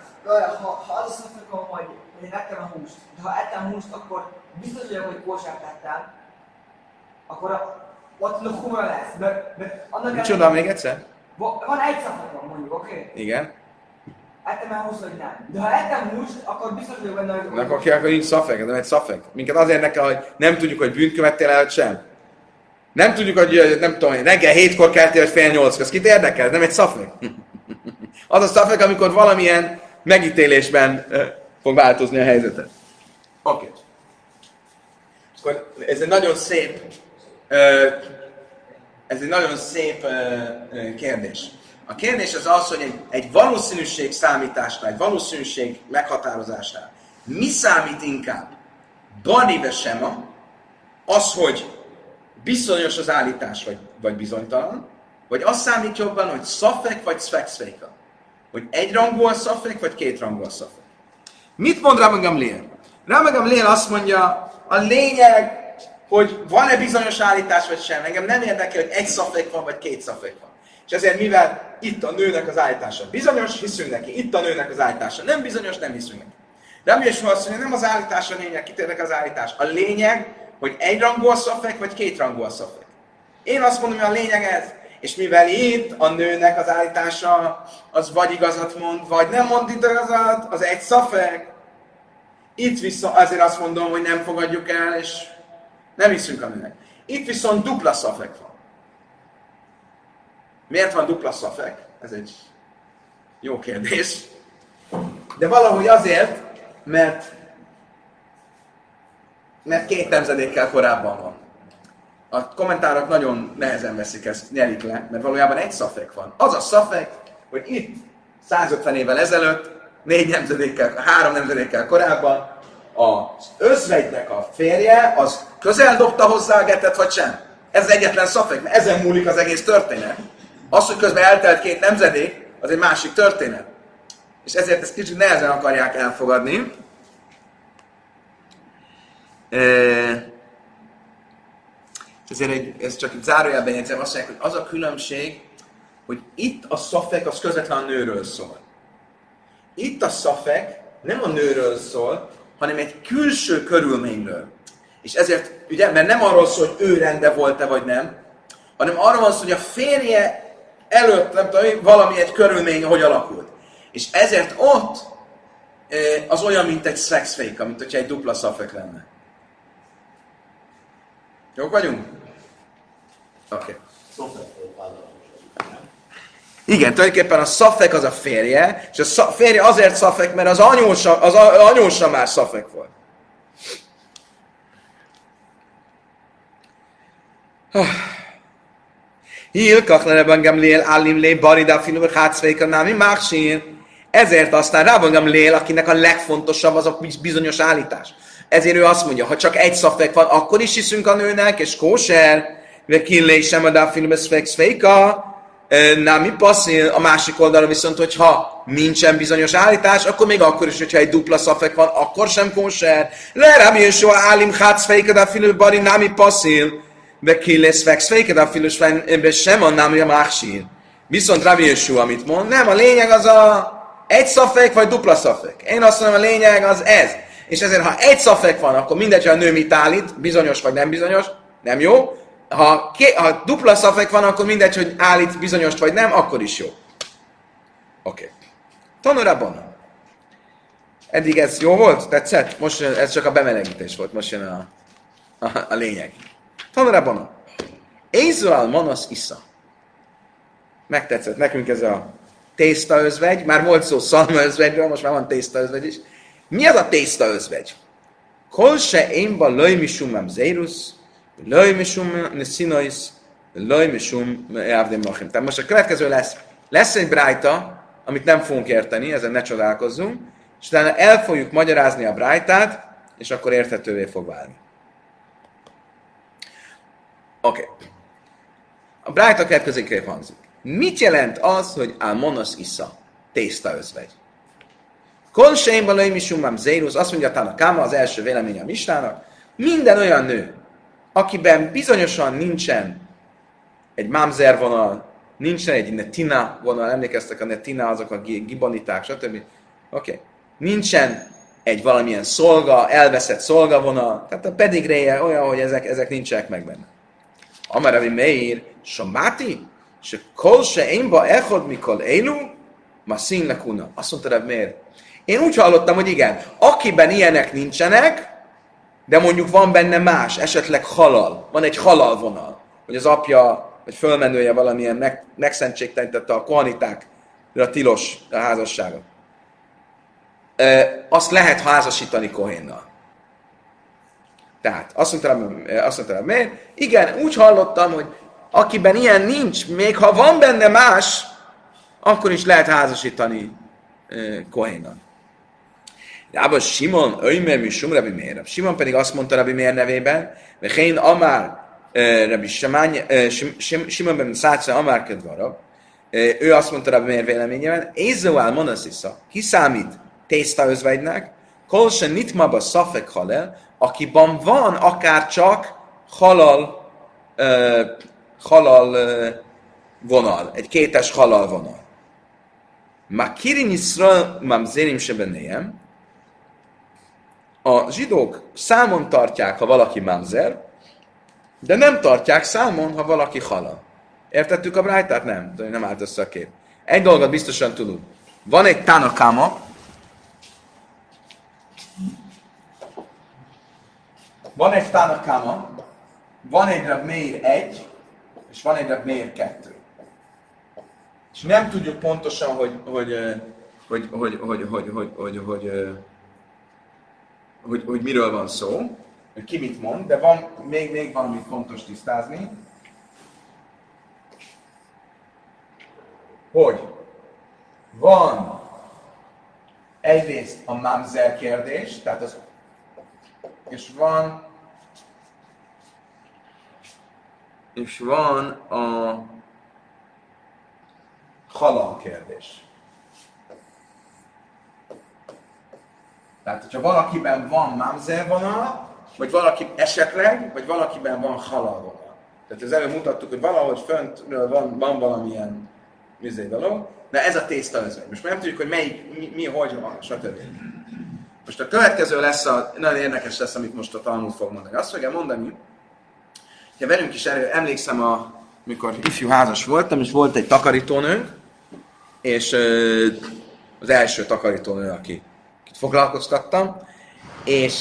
a szafek van, hogy én ettem a húst, de ha ettem húst, akkor biztos vagyok, hogy kósert ettem, akkor ott humra lesz.
Micsoda, még egyszer?
Van egy szafek van, mondjuk, oké? Okay?
Igen.
Ettem el húst, vagy nem. De ha ettem húst, akkor biztos vagyok benne, hogy...
Akkor nincs szafek, nem egy szafek. Minket az érdekel, hogy nem tudjuk, hogy bűnt követtél el, sem. Nem tudjuk, hogy nem tudom, reggel 7-kor keltél, vagy fél 8-kor. Ez kit érdekel? Nem egy szafek. Az a szafek, amikor valamilyen megítélésben fog változni a helyzetet. Oké. Akkor ez egy nagyon szép kérdés. A kérdés az az, hogy egy valószínűség számításnál, egy valószínűség meghatározásnál mi számít inkább? Barnéve sema, az, hogy bizonyos az állítás, vagy bizonytalan, vagy azt számít jobban, hogy szafek vagy szfek-szféka. Hogy egyrangú a szafek, vagy kétrangú a szafek. Mit mond Rabban Gamliel? Rabban Gamliel azt mondja, a lényeg, hogy van-e bizonyos állítás, vagy sem. Engem nem érdekel, hogy egy szafek van, vagy két szafek van. És ezért, mivel itt a nőnek az állítása bizonyos, hiszünk neki. Itt a nőnek az állítása nem bizonyos, nem hiszünk neki. Rabbi Yeshua azt mondja, nem az állítás a lényeg, kitérnek az állítás. A lényeg, hogy egyrangú a szafek, vagy kétrangú a szafek. Én azt mondom, hogy a lényeg ez. És mivel itt a nőnek az állítása, az vagy igazat mond, vagy nem mond igazat, az egy szafek. Itt viszont azért azt mondom, hogy nem fogadjuk el, és nem hiszünk a nőnek. Itt viszont dupla szafek van. Miért van dupla szafek? Ez egy jó kérdés. De valahogy azért, mert két nemzedékkel korábban van. A kommentárok nagyon nehezen veszik ezt, nyerik le, mert valójában egy szafek van. Az a szafek, hogy itt 150 évvel ezelőtt, 3 nemzedékkel korábban az özvegynek a férje, az közel dobta hozzá a getet, vagy sem? Ez egyetlen szafek, mert ezen múlik az egész történet. Az, hogy közben eltelt 2 nemzedék, az egy másik történet. És ezért ezt kicsit nehezen akarják elfogadni. Ezért ez csak itt zárójelben jegyzem, azt mondják, hogy az a különbség, hogy itt a szafek az közvetlen a nőről szól. Itt a szafek nem a nőről szól, hanem egy külső körülményről. És ezért, ugye, mert nem arról szól, hogy ő rendben volt-e vagy nem, hanem arról van szó, hogy a férje előtt, nem tudom, valami egy körülmény, hogy alakult. És ezért ott az olyan, mint egy szexféka, mint hogyha egy dupla szafek lenne. Jók vagyunk? Oké. Igen, tulajdonképpen a szafek az a férje, és a férje azért szafek, mert az anyósa már szafek volt. Hilkach Rabban Gamliel Alim le Barida Filu Hácvéka Námi Máksír. Ezért aztán Rabban Gamliel, akinek a legfontosabb az a bizonyos állítás. Ezért ő azt mondja, ha csak egy szafek van, akkor is hiszünk a nőnek, és kóser, ve killé sem a Dafilu Szvéka, Námi passzil, a másik oldalon viszont, hogyha nincsen bizonyos állítás, akkor még akkor is, hogyha egy dupla szafek van, akkor sem kóser. Le Rabbi Yeshua Alim Hácvéka Dafilu Bari Námi passzil, ve killé Szvéka Dafilu sem a Námi Máksír. Viszont Rabbi Yeshua mit mond? Nem, a lényeg az a egy szafek vagy dupla szafek. Én azt mondom, a lényeg az ez. És ezért, ha egy szafek van, akkor mindegy, hogy a nő mit állít, bizonyos vagy nem bizonyos, nem jó. Ha dupla szafek van, akkor mindegy, hogy állít bizonyost vagy nem, akkor is jó. Oké. Tanulában. Eddig ez jó volt? Tetszett? Most ez csak a bemelegítés volt, most jön a lényeg. Tanulában. Ézrael manasz isza. Megtetszett nekünk ez a tésztaözvegy. Már volt szó szalmaözvegyről, most már van tésztaözvegy is. Mi az a tésztaözvegy? Kol se énba löj misum zérusz, löj misum neszinais, löj misum elvdén machim. Tehát most a következő lesz egy brájta, amit nem fogunk érteni, ezen ne csodálkozzunk, és utána el fogjuk magyarázni a brájtát, és akkor érthetővé fog válni. Oké. A brájta következőképp hangzik. Mit jelent az, hogy almonos isza? Tésztaözvegy. Kol seimba löj misumam zérusz, azt mondja Tana Káma, az első véleménye a Misnának, minden olyan nő, akiben bizonyosan nincsen egy mamzer vonal, nincsen egy netina vonal, emlékeztek a netina, azok a giboniták, stb. Oké. Nincsen egy valamilyen szolga, elveszett szolgavonal, tehát a pedigréje olyan, hogy ezek nincsenek meg benne. Amaravi Meir, Samáti, se kol se énba echod mikor élu, ma színlekuna. Azt mondta Rabbi Meir, én úgy hallottam, hogy igen, akiben ilyenek nincsenek, de mondjuk van benne más, esetleg halal, van egy halal vonal, hogy az apja, vagy fölmenője valamilyen megszentségtelítette a kohanitákra tilos a házasságot. Azt lehet házasítani kohénnal. Tehát azt mondta, miért? Igen, úgy hallottam, hogy akiben ilyen nincs, még ha van benne más, akkor is lehet házasítani kohénnal. Rába Simon, Öjmer, mi Sum, Rabbi Meir. Simon pedig azt mondta Rabbi Meir nevében, mert Hén Amár, Rabbi Simon ben Szácsa Amár Kedvarab, ő azt mondta Rabbi Meir véleményében, Ézeuál Monaszisza, ki számít tészta özvegynek, Kolsen Nitmaba Szafek Halel, akiban van akár csak halal vonal, egy kétes halal vonal. Makirin Yisrael mamzerim sebenéjem. A zsidók számon tartják, ha valaki mamzer, de nem tartják számon, ha valaki halal. Értettük a brájtát? Nem. De nem állt össze a kép. Egy dolgot biztosan tudunk. Van egy Tanakama, van egy Rab Meir 1, és van egy Rab Meir 2. És nem tudjuk pontosan, hogy miről van szó, ki mit mond, de van még valamit fontos tisztázni, hogy van egyrészt a mamzer kérdés, tehát az, és van a halal kérdés. Tehát, hogyha valakiben van mamzer vonal, vagy valaki esetleg, vagy valakiben van halal vonal. Tehát az előbb mutattuk, hogy valahogy föntről van valamilyen dolog, de ez a tészta özvegy. Most már nem tudjuk, hogy mi hogy van, stb. Most a következő lesz, nagyon érdekes lesz, amit most a Talmud fog mondani. Azt fogja mondani, hogy velünk is emlékszem, amikor ifjú házas voltam, és volt egy takarítónőnk, és az első takarítónő, akit foglalkoztattam, és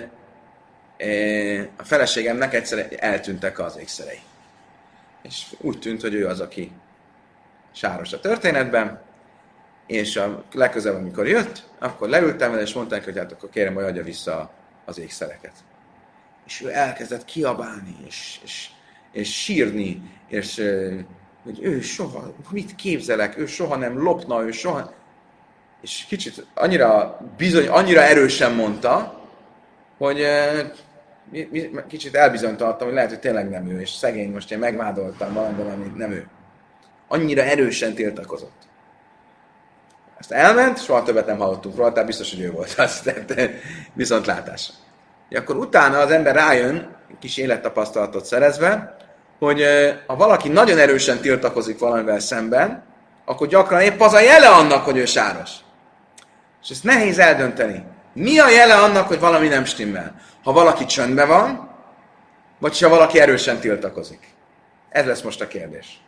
a feleségemnek egyszer eltűntek az ékszerei. És úgy tűnt, hogy ő az, aki sáros a történetben, és a legközelebb, amikor jött, akkor leültem vele, és mondták, hogy hát akkor kérem, hogy adja vissza az ékszereket. És ő elkezdett kiabálni, és sírni, és hogy ő soha, mit képzelek, ő soha nem lopna, ő soha... És kicsit annyira erősen mondta, hogy kicsit elbizonytalanodtam, hogy lehet, hogy tényleg nem ő, és szegény, most én megvádoltam valamivel, ami nem ő. Annyira erősen tiltakozott. Ezt elment, soha többet nem hallottunk róla, tehát biztos, hogy ő volt az, tehát viszontlátásra. Akkor utána az ember rájön, kis élettapasztalatot szerezve, hogy ha valaki nagyon erősen tiltakozik valamivel szemben, akkor gyakran épp az a jele annak, hogy ő sáros. És ezt nehéz eldönteni. Mi a jele annak, hogy valami nem stimmel? Ha valaki csöndben van, vagy ha valaki erősen tiltakozik? Ez lesz most a kérdés.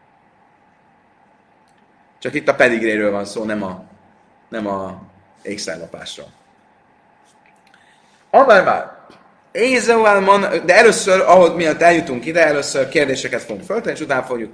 Csak itt a pedigréről van szó, nem a ékszerlopásról. Amár de először, ahogy miatt eljutunk ide, először kérdéseket fogunk föltenni, és utána fogjuk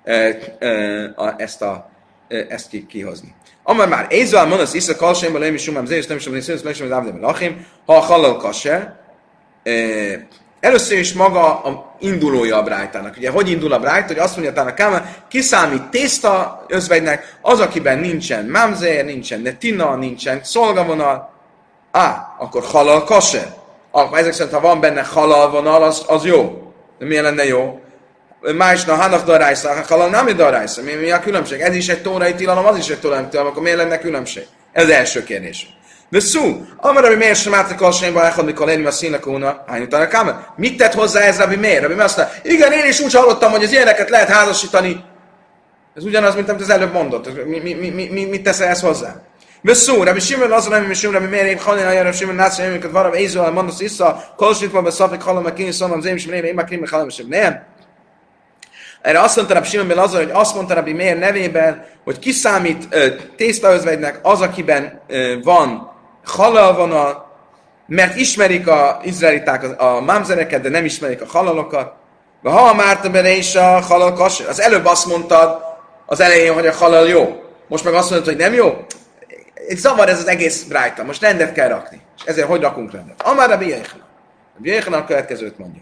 ezt kihozni. Amár már, Ézsel mondasz, Isza kalsémben, nem is sumám zé, és nem is sumám zé, nem is sumám zé, lachim, ha a halal kasser, először is maga a indulója a brájtának. Ugye, hogy indul a brájt, hogy azt mondja Tána Káma, kiszámít tészta özvegynek, az, akiben nincsen mamzer, nincsen netina, nincsen szolgavonal, akkor halal kasser. Ezek szerint, ha van benne halal vonal, az jó. De miért lenne jó? Másna, hanach darájsza, halal nem darájsza. Mi a különbség? Ez is egy tórai tilalom, az is egy tórai tilalom, akkor miért lenne különbség? Ez az első kérdés. De szó, amara, hogy miért sem álltak a sejnba, echad, mikor lenni a színlakóna, hány utána kámel? Mit tett hozzá ez Rabbi Meir? Rabbi Meir azt mondta, igen, én is úgy hallottam, hogy az ilyeneket lehet házasítani. Ez ugyanaz, mint amit az előbb mondott. Mit tesz ez hozzá? De szó, Rabbi Simon azon, Rabbi Simon, Rabbi Meir, én halni a Rabbi Simon, nászra, amiket varab, Ézsel, mondasz vissza, kolsítva, be szafik, hallom, meg kényi szólom, zém is, én már krim, meg hallom, nem. Erre azt mondta Rabbi Simon ben Lazar, hogy azt mondta Rabbi Meir nevében, hogy kiszámít tésztaözvegynek az, akiben van halal vonal, mert ismerik az izraeliták a mamzereket, de nem ismerik a halalokat. De ha a Márta bele is a halal kasser, az előbb azt mondtad az elején, hogy a halal jó. Most meg azt mondod, hogy nem jó? Zavar ez az egész brájta. Most rendet kell rakni. És ezért hogy rakunk rendet? Amár Rabbi Jéhana. Rabbi Jéhana a következőt mondja.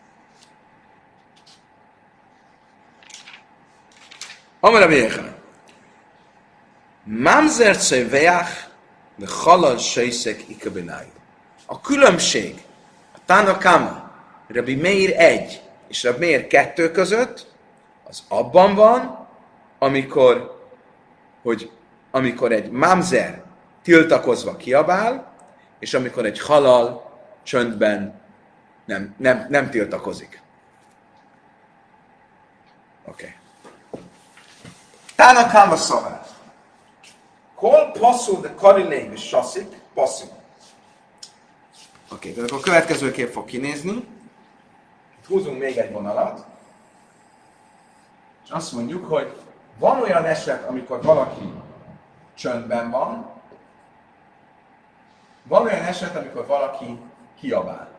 Amar Rabbi Jéhana. Mamzer szöveach, de halal sejszek ikabenájú. A különbség a Tanakama, Rabbi Meir 1 és Rabbi Meir 2 között az abban van, amikor egy mamzer tiltakozva kiabál, és amikor egy halal csöndben nem tiltakozik. Oké. Tanakama szavár. Kol passzul de karilém és sasszik, passzul. Oké, akkor a következő kép fog kinézni. Itt húzunk még egy vonalat. És azt mondjuk, hogy van olyan eset, amikor valaki csöndben van, van olyan eset, amikor valaki kiabál.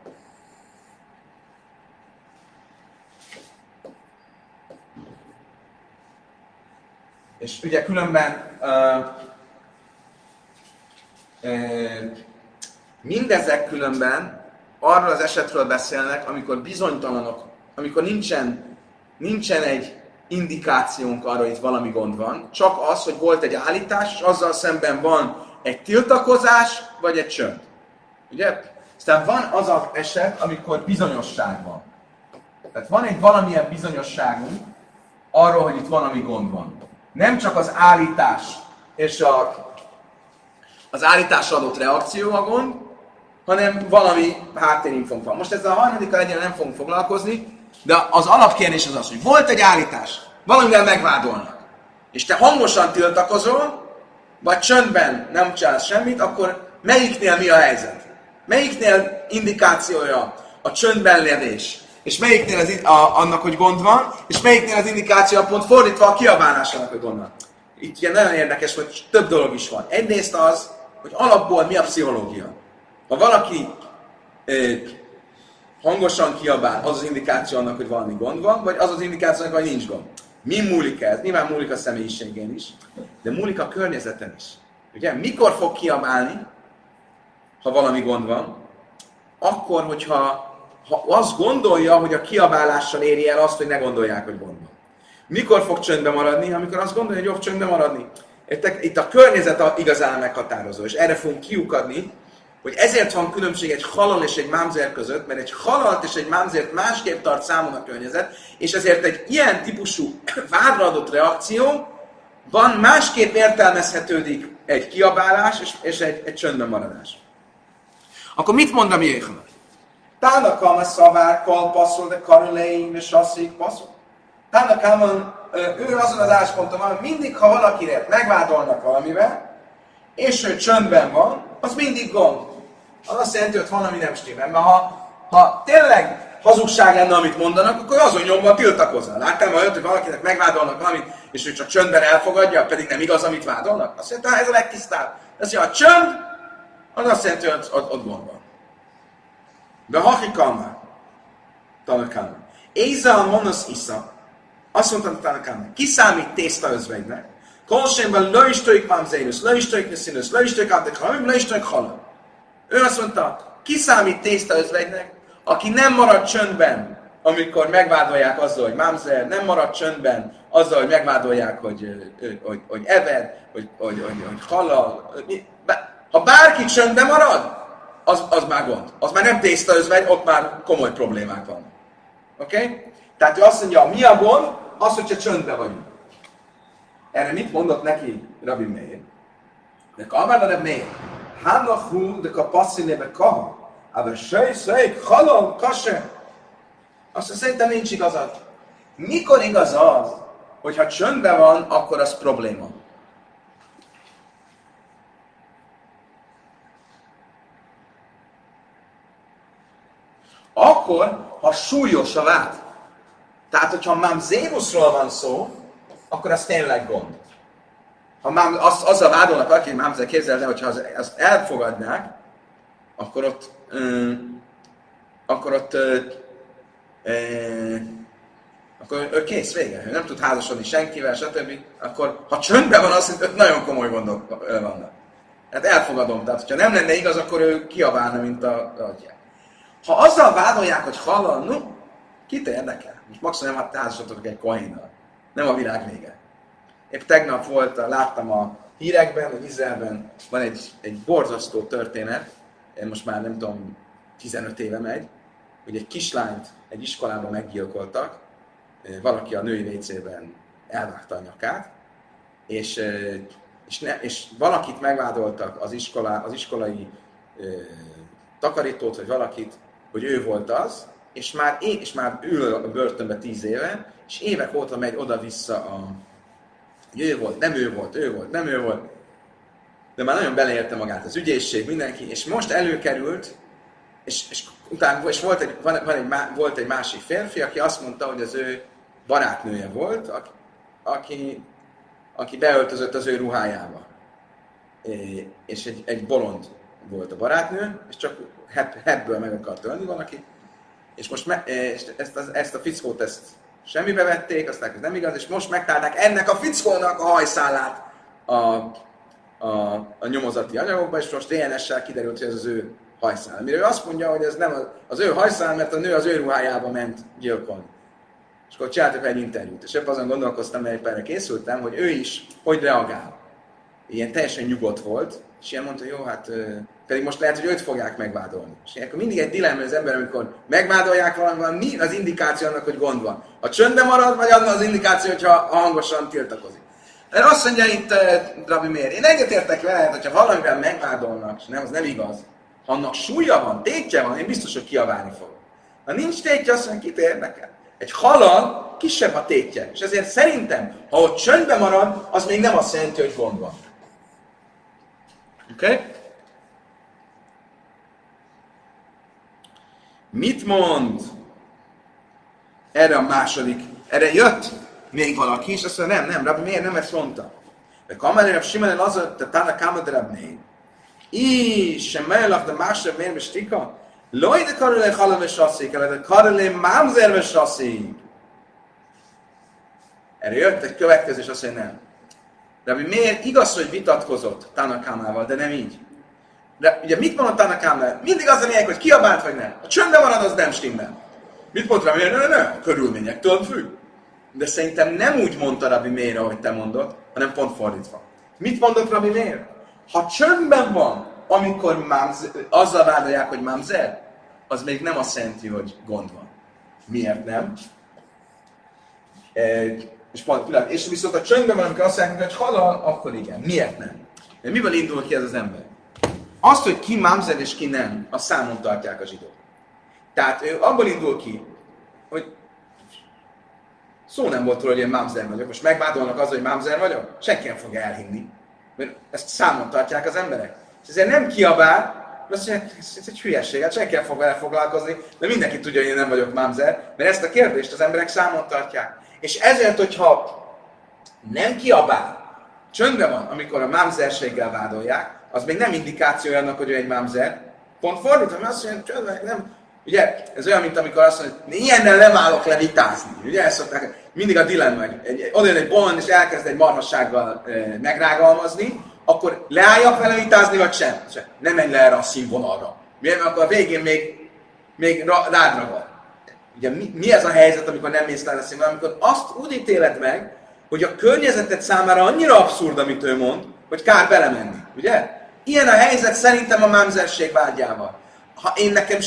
És ugye különben mindezek különben arról az esetről beszélnek, amikor bizonytalanok, amikor nincsen egy indikációnk arra, hogy itt valami gond van, csak az, hogy volt egy állítás, és azzal szemben van egy tiltakozás, vagy egy csönd. Ugye? Aztán van az az eset, amikor bizonyosság van. Tehát van egy valamilyen bizonyosságunk arról, hogy itt valami gond van. Nem csak az állítás és az állításra adott reakció a gond, hanem valami háttérinfónk van. Most ezzel a harmadikkal egyre nem fogunk foglalkozni, de az alapkérdés az az, hogy volt egy állítás, valamivel megvádolnak, és te hangosan tiltakozol, vagy csöndben nem csinálsz semmit, akkor melyiknél mi a helyzet? Melyiknél indikációja a csöndben lévés, és melyiknél annak, hogy gond van, és melyiknél az indikáció pont fordítva a kiabálásának, hogy gond van. Itt ugye nagyon érdekes, hogy több dolog is van. Egyrészt az, hogy alapból mi a pszichológia. Ha valaki hangosan kiabál, az az indikáció annak, hogy valami gond van, vagy az az indikáció annak, hogy nincs gond. Mi múlik ez? Nyilván múlik a személyiségén is, de múlik a környezeten is. Ugye, mikor fog kiabálni, ha valami gond van? Akkor, hogyha azt gondolja, hogy a kiabálással éri el azt, hogy ne gondolják, hogy gond van. Mikor fog csöndbe maradni? Amikor azt gondolja, hogy jobb csöndbe maradni. Itt a környezet igazán meghatározó, és erre fogunk kiukadni, hogy ezért van különbség egy halal és egy mámzer között, mert egy halalt és egy mámzert másképp tart számon a környezet, és ezért egy ilyen típusú vádra adott reakció van, másképp értelmezhetődik egy kiabálás és egy csöndben maradás. Akkor mit mond a Jéhana? Tánakama szavár, kal passzol, de karuleim és sasszik passzol. Tánakama, ő azon az állásponton van, mindig, ha valakire megvádolnak valamivel, és ő csöndben van, az mindig gond. Az azt jelenti, hogy valami nem stimmel. Mert ha tényleg hazugság lenne, amit mondanak, akkor azon nyomban tiltakozna. Láttam olyat, hogy valakinek megvádolnak valamit, és ő csak csöndben elfogadja, pedig nem igaz, amit vádolnak? Azt jelenti, ez a legtisztább. Azt jelenti, a csönd, az azt jelenti, hogy ott gond van. De hachikalmár, Tanakám. Éza monosz isza. Azt mondta Tanakám, ki számít tészta özvegynek? Kolsénben löjstöjük mámzérusz, löjstöjük neszínősz, löjstöjük áttekhalom, löjstöjük halom. Ő azt mondta, ki számít tészta özvegynek, aki nem marad csöndben, amikor megvádolják azzal, hogy mámzer, nem marad csöndben azzal, hogy megvádolják, hogy eved, hogy halal. Ha bárki csöndben marad, az már gond. Az már nem tészta özvegy, ott már komoly problémák van. Oké? Okay? Tehát ő azt mondja, mi a gond? Az, hogyha csöndben vagyunk. Erre mit mondott neki Rabbi Meir? De Kamar Rabbi Meir, Hánlachú, de kapasszilébe kaha, aber sejszék, halal, kase. Azt szerintem nincs igazad. Mikor igaz az, hogyha csöndben van, akkor az probléma? Akkor, ha súlyos a vád. Tehát, hogyha mámzéruszról van szó, akkor az tényleg gond. Ha azzal vádolnak valaki, hogy mámzer, képzeld el, hogyha azt elfogadnák, akkor ő kész, vége. Ő nem tud házasodni senkivel, stb. Akkor, ha csöndben van, azt hogy nagyon komoly gondok vannak. Hát elfogadom. Tehát, hogyha nem lenne igaz, akkor ő kiabálna, mint a atyák. Ha azzal vádolják, hogy halal, no, kit érdekel? Most maximum nem házasodtok egy kohénnal. Nem a világ vége. Épp tegnap volt, láttam a hírekben, vagy Izraelben van egy borzasztó történet, most már nem tudom, 15 éve megy, hogy egy kislányt egy iskolában meggyilkoltak, valaki a női WC-ben elvágta a nyakát, és valakit megvádoltak az iskolai takarítót, vagy valakit, hogy ő volt az, és már ül a börtönbe 10 éve, és évek óta megy oda-vissza hogy ő volt, nem ő volt, ő volt, nem ő volt, de már nagyon beleérte magát az ügyészség, mindenki, és most előkerült, és volt egy másik férfi, aki azt mondta, hogy az ő barátnője volt, aki beöltözött az ő ruhájába. És egy bolond volt a barátnő, és csak hebből meg akart ölni valaki, és most ezt a fickót semmibe vették, aztán ez nem igaz, és most megtalálták ennek a fickónak a hajszálát a nyomozati anyagokban, és most DNS-sel kiderült, hogy ez az ő hajszál. Mire ő azt mondja, hogy ez nem az ő hajszál, mert a nő az ő ruhájába ment gyilkolni. És akkor csináltak egy interjút, és ebben azon gondolkoztam, mert éppen készültem, hogy ő is hogy reagál. Ilyen teljesen nyugodt volt, és ilyen mondta, jó, hát pedig most lehet, hogy őt fogják megvádolni. És ilyenkor mindig egy dilemma az ember, amikor megvádolják valamivel, mi az indikáció annak, hogy gond van? Ha csöndben marad, vagy annak az indikáció, hogyha hangosan tiltakozik. Mert azt mondja itt Rabbi Meir, én egyetértek vele, hogyha valamivel megvádolnak, és nem, az nem igaz. Ha annak súlya van, tétje van, én biztos, hogy kiabálni fog. Ha nincs tétje, azt mondja, kit érdekel. Egy halal kisebb a tétje. És ezért szerintem, ha ott csöndben marad, az még nem azt jelenti, hogy gond van. Oké? Okay? Mit mond? Erre jött még valaki, és azt mondja, nem, Rabbi Meir nem ezt mondta. De kamerén a Simon el az, te tána kámad Rabbi Meir. Sem mellak de másra Meir bestika? Loj de karolé halav és rasszik, de karolé mámzer és rasszik. Erre jött egy következő, és azt mondja, nem. Rabbi Meir igaz, hogy vitatkozott Tanakámával, de nem így. De ugye mit mondott Tanakámával? Mindig az a lényeg, hogy kiabált vagy nem. A csöndben marad, az nem stimmel. Mit mondta Rabbi Meir? Nem, a körülményektől függ. De szerintem nem úgy mondta Rabbi Meir, ahogy te mondod, hanem pont fordítva. Mit mondott Rabbi Meir? Ha csöndben van, amikor azzal vádolják, hogy mamzer, az még nem azt jelenti, hogy gond van. Miért nem? És viszont a csöndben van, amikor azt mondják, hogy halal, akkor igen. Miért nem? De miből indul ki ez az ember? Azt, hogy ki mamzer és ki nem, azt számon tartják a zsidók. Tehát ő abból indul ki, hogy szó nem volt róla, hogy én mamzer vagyok. Most megvádolnak az, hogy mamzer vagyok? Senki nem fog elhinni. Mert ezt számon tartják az emberek. És ezért nem kiabál, azt mondja, ez egy hülyeség, hát senki nem fog vele foglalkozni, de mindenki tudja, hogy én nem vagyok mamzer, mert ezt a kérdést az emberek számon tartják. És ezért, hogyha nem kiabál, csöndben van, amikor a mamzerséggel vádolják, az még nem indikáció annak, hogy ő egy mamzer. Pont fordítva, mert azt mondja, csöndben, nem. Ugye, ez olyan, mint amikor azt mondja, hogy ilyennel nem állok le vitázni. Ugye, ezt szokták, mindig a dilemma, oda jön egy bolond, és elkezd egy marhassággal megrágalmazni, akkor leálljak vele vitázni, vagy sem? Nem menj le erre a színvonalra. Mert akkor a végén még rád ragad. Ugye mi ez a helyzet, amikor nem mész le a színvonalra? Amikor azt úgy ítéled meg, hogy a környezeted számára annyira abszurd, amit ő mond, hogy kár belemenni. Ugye? Ilyen a helyzet szerintem a mámzerség vágyával. Ha én nekem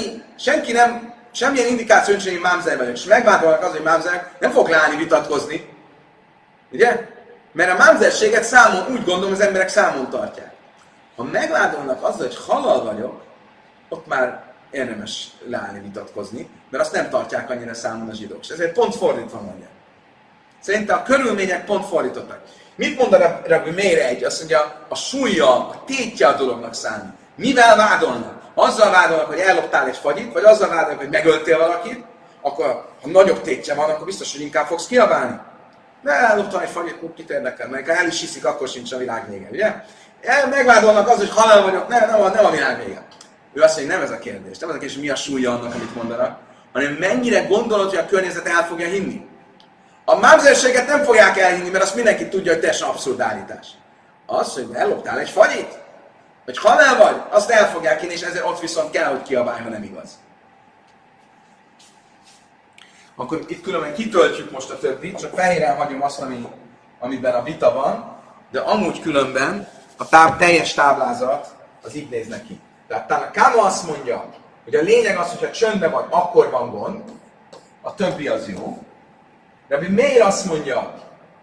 semmilyen indikáció nincs, hogy én mámzer vagyok, és megvádolnak az, hogy mámzer, nem fog leállni vitatkozni. Ugye? Mert a mámzerséget úgy gondolom, az emberek számon tartják. Ha megvádolnak azzal, hogy halal vagyok, ott már érdemes leállni vitatkozni, mert azt nem tartják annyira számon a zsidók. És ezért pont fordítva mondja. Szerintem a körülmények pont fordítottak. Mit mond a Rabbi Meir Azt mondja, a súlya, a tétje a dolognak számít. Mivel vádolnak? Azzal vádolnak, hogy elloptál egy fagyit, vagy azzal vádolnak, hogy megöltél valakit, akkor ha nagyobb tétje van, akkor biztos, hogy inkább fogsz kiabálni. De elloptam egy fagyit, kit érdekel, mert ha el is hiszik, akkor sincs a világ vége, ugye? Megvádolnak az, hogy halál vagyok, nem a világ vége. Ő azt mondja, nem ez a kérdés. Nem az a kérdés, hogy mi a súlya annak, amit mondanak, hanem mennyire gondolod, hogy a környezet el fogja hinni. A mámzerséget nem fogják elhinni, mert azt mindenki tudja, hogy teljesen abszurd állítás. Az, hogy elloptál egy fagyit, vagy halál vagy, azt el fogják hinni, és ezért ott viszont kell, hogy kiabálj, ha nem igaz. Akkor itt különben kitöltjük most a többit, csak fehéren hagyom azt, amiben a vita van, de amúgy különben a teljes táblázat az így néz neki. Tehát a Káma azt mondja, hogy a lényeg az, hogyha csöndben vagy, akkor van gond, a többi az jó. Rabbi Meir azt mondja,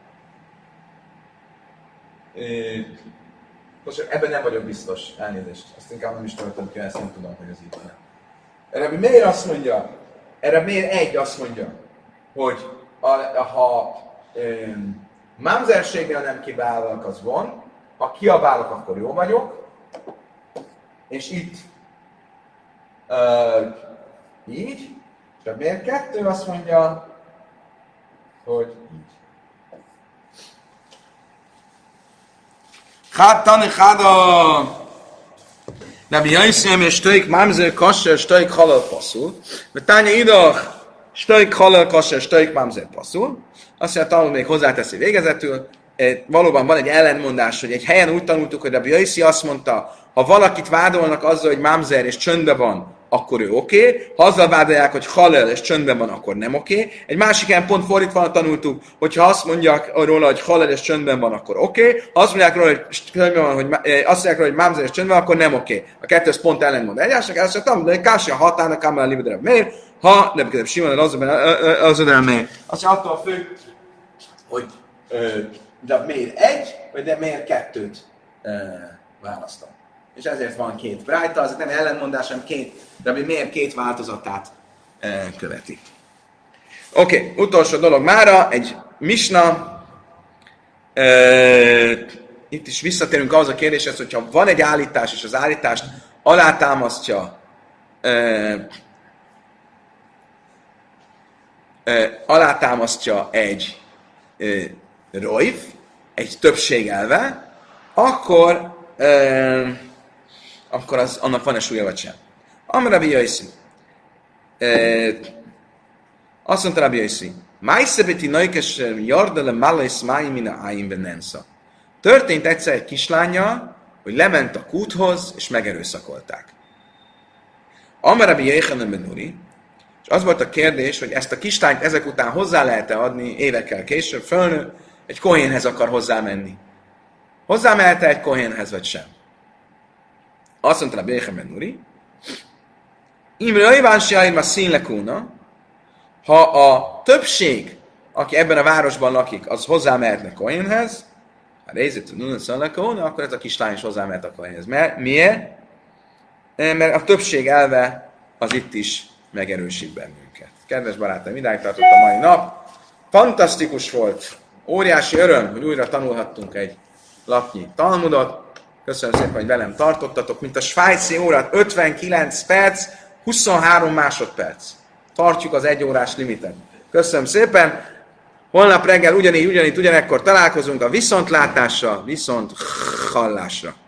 most ebben nem vagyok biztos, elnézést, azt inkább nem is tartom ki, ezt nem tudom, hogy ez így van. Rabbi Meir azt mondja, Rabbi Meir 1 azt mondja, hogy ha mámzerséggel nem kiabálok, az van, ha kiabálok, akkor jó vagyok, és itt így, és Rabbi Meir 2 azt mondja, hogy így. Tani Chada Rabbi Yossi és Stoik Mamzer Kasher Stoik Halal Pasul. Mert Tánya Idach Stoik Halal Kasher Stoik Mamzer Pasul. Azt mondja, tanul még hozzáteszi végezetül. Valóban van egy ellentmondás, hogy egy helyen úgy tanultuk, hogy Rabbi Yossi azt mondta, ha valakit vádolnak azzal, hogy Mamzer és csöndben van, akkor ő oké. Ha azzal vádolják, hogy halal és csöndben van, akkor nem oké. Egy másik helyen pont fordítva tanultuk, hogy ha azt mondják róla, hogy halal és csöndben van, akkor oké. Ha azt mondják róla, hogy csöndben van, azt mondják róla, hogy mámzer és csöndben van, akkor nem oké. A kettő az pont ellentmond egymásnak, ezt mondtam, de Kásia hatának, Kámel Libederebb Mér, ha nem Simon az Ödel Mér. Azt mondja, attól függ, hogy de Mér 1, vagy de Mér 2-t választom. És ezért van 2 brájta, az nem ellentmondás, hanem de miért 2 változatát követi. Oké, utolsó dolog mára, egy misna. Itt is visszatérünk ahhoz a kérdéshez, hogyha van egy állítás, és az állítást alátámasztja egy rojv, egy többség elve, akkor annak van-e súlya vagy sem. Rabbi Yossi. Azt mondta Rabbi Yossi, Májszebeti Naikes Jardele Malais Máimina Áim Benensza. Történt egyszer egy kislánnyal, hogy lement a kúthoz, és megerőszakolták. Rabbi Yechanan ben Nuri, és az volt a kérdés, hogy ezt a kislányt ezek után hozzá lehet-e adni, évekkel később fölnő, egy kohénhez akar hozzámenni. Hozzámehet-e egy kohénhez, vagy sem? Azt mondta Rabbi Yechanan ben Nuri, Imre Ivánsiáim a színlekúna, ha a többség, aki ebben a városban lakik, az hozzámehetne kohénhez, ha részét színlekúna, akkor ez a kislány is hozzámehet a kohénhez. Miért? Mert a többség elve az itt is megerősít bennünket. Kedves barátaim, idáig tartott a mai nap. Fantasztikus volt, óriási öröm, hogy újra tanulhattunk egy lapnyi Talmudot. Köszönöm szépen, hogy velem tartottatok, mint a svájci órát, 59 perc, 23 másodperc. Tartjuk az 1 órás limitet. Köszönöm szépen. Holnap reggel ugyanekkor találkozunk a viszontlátásra, viszont hallásra.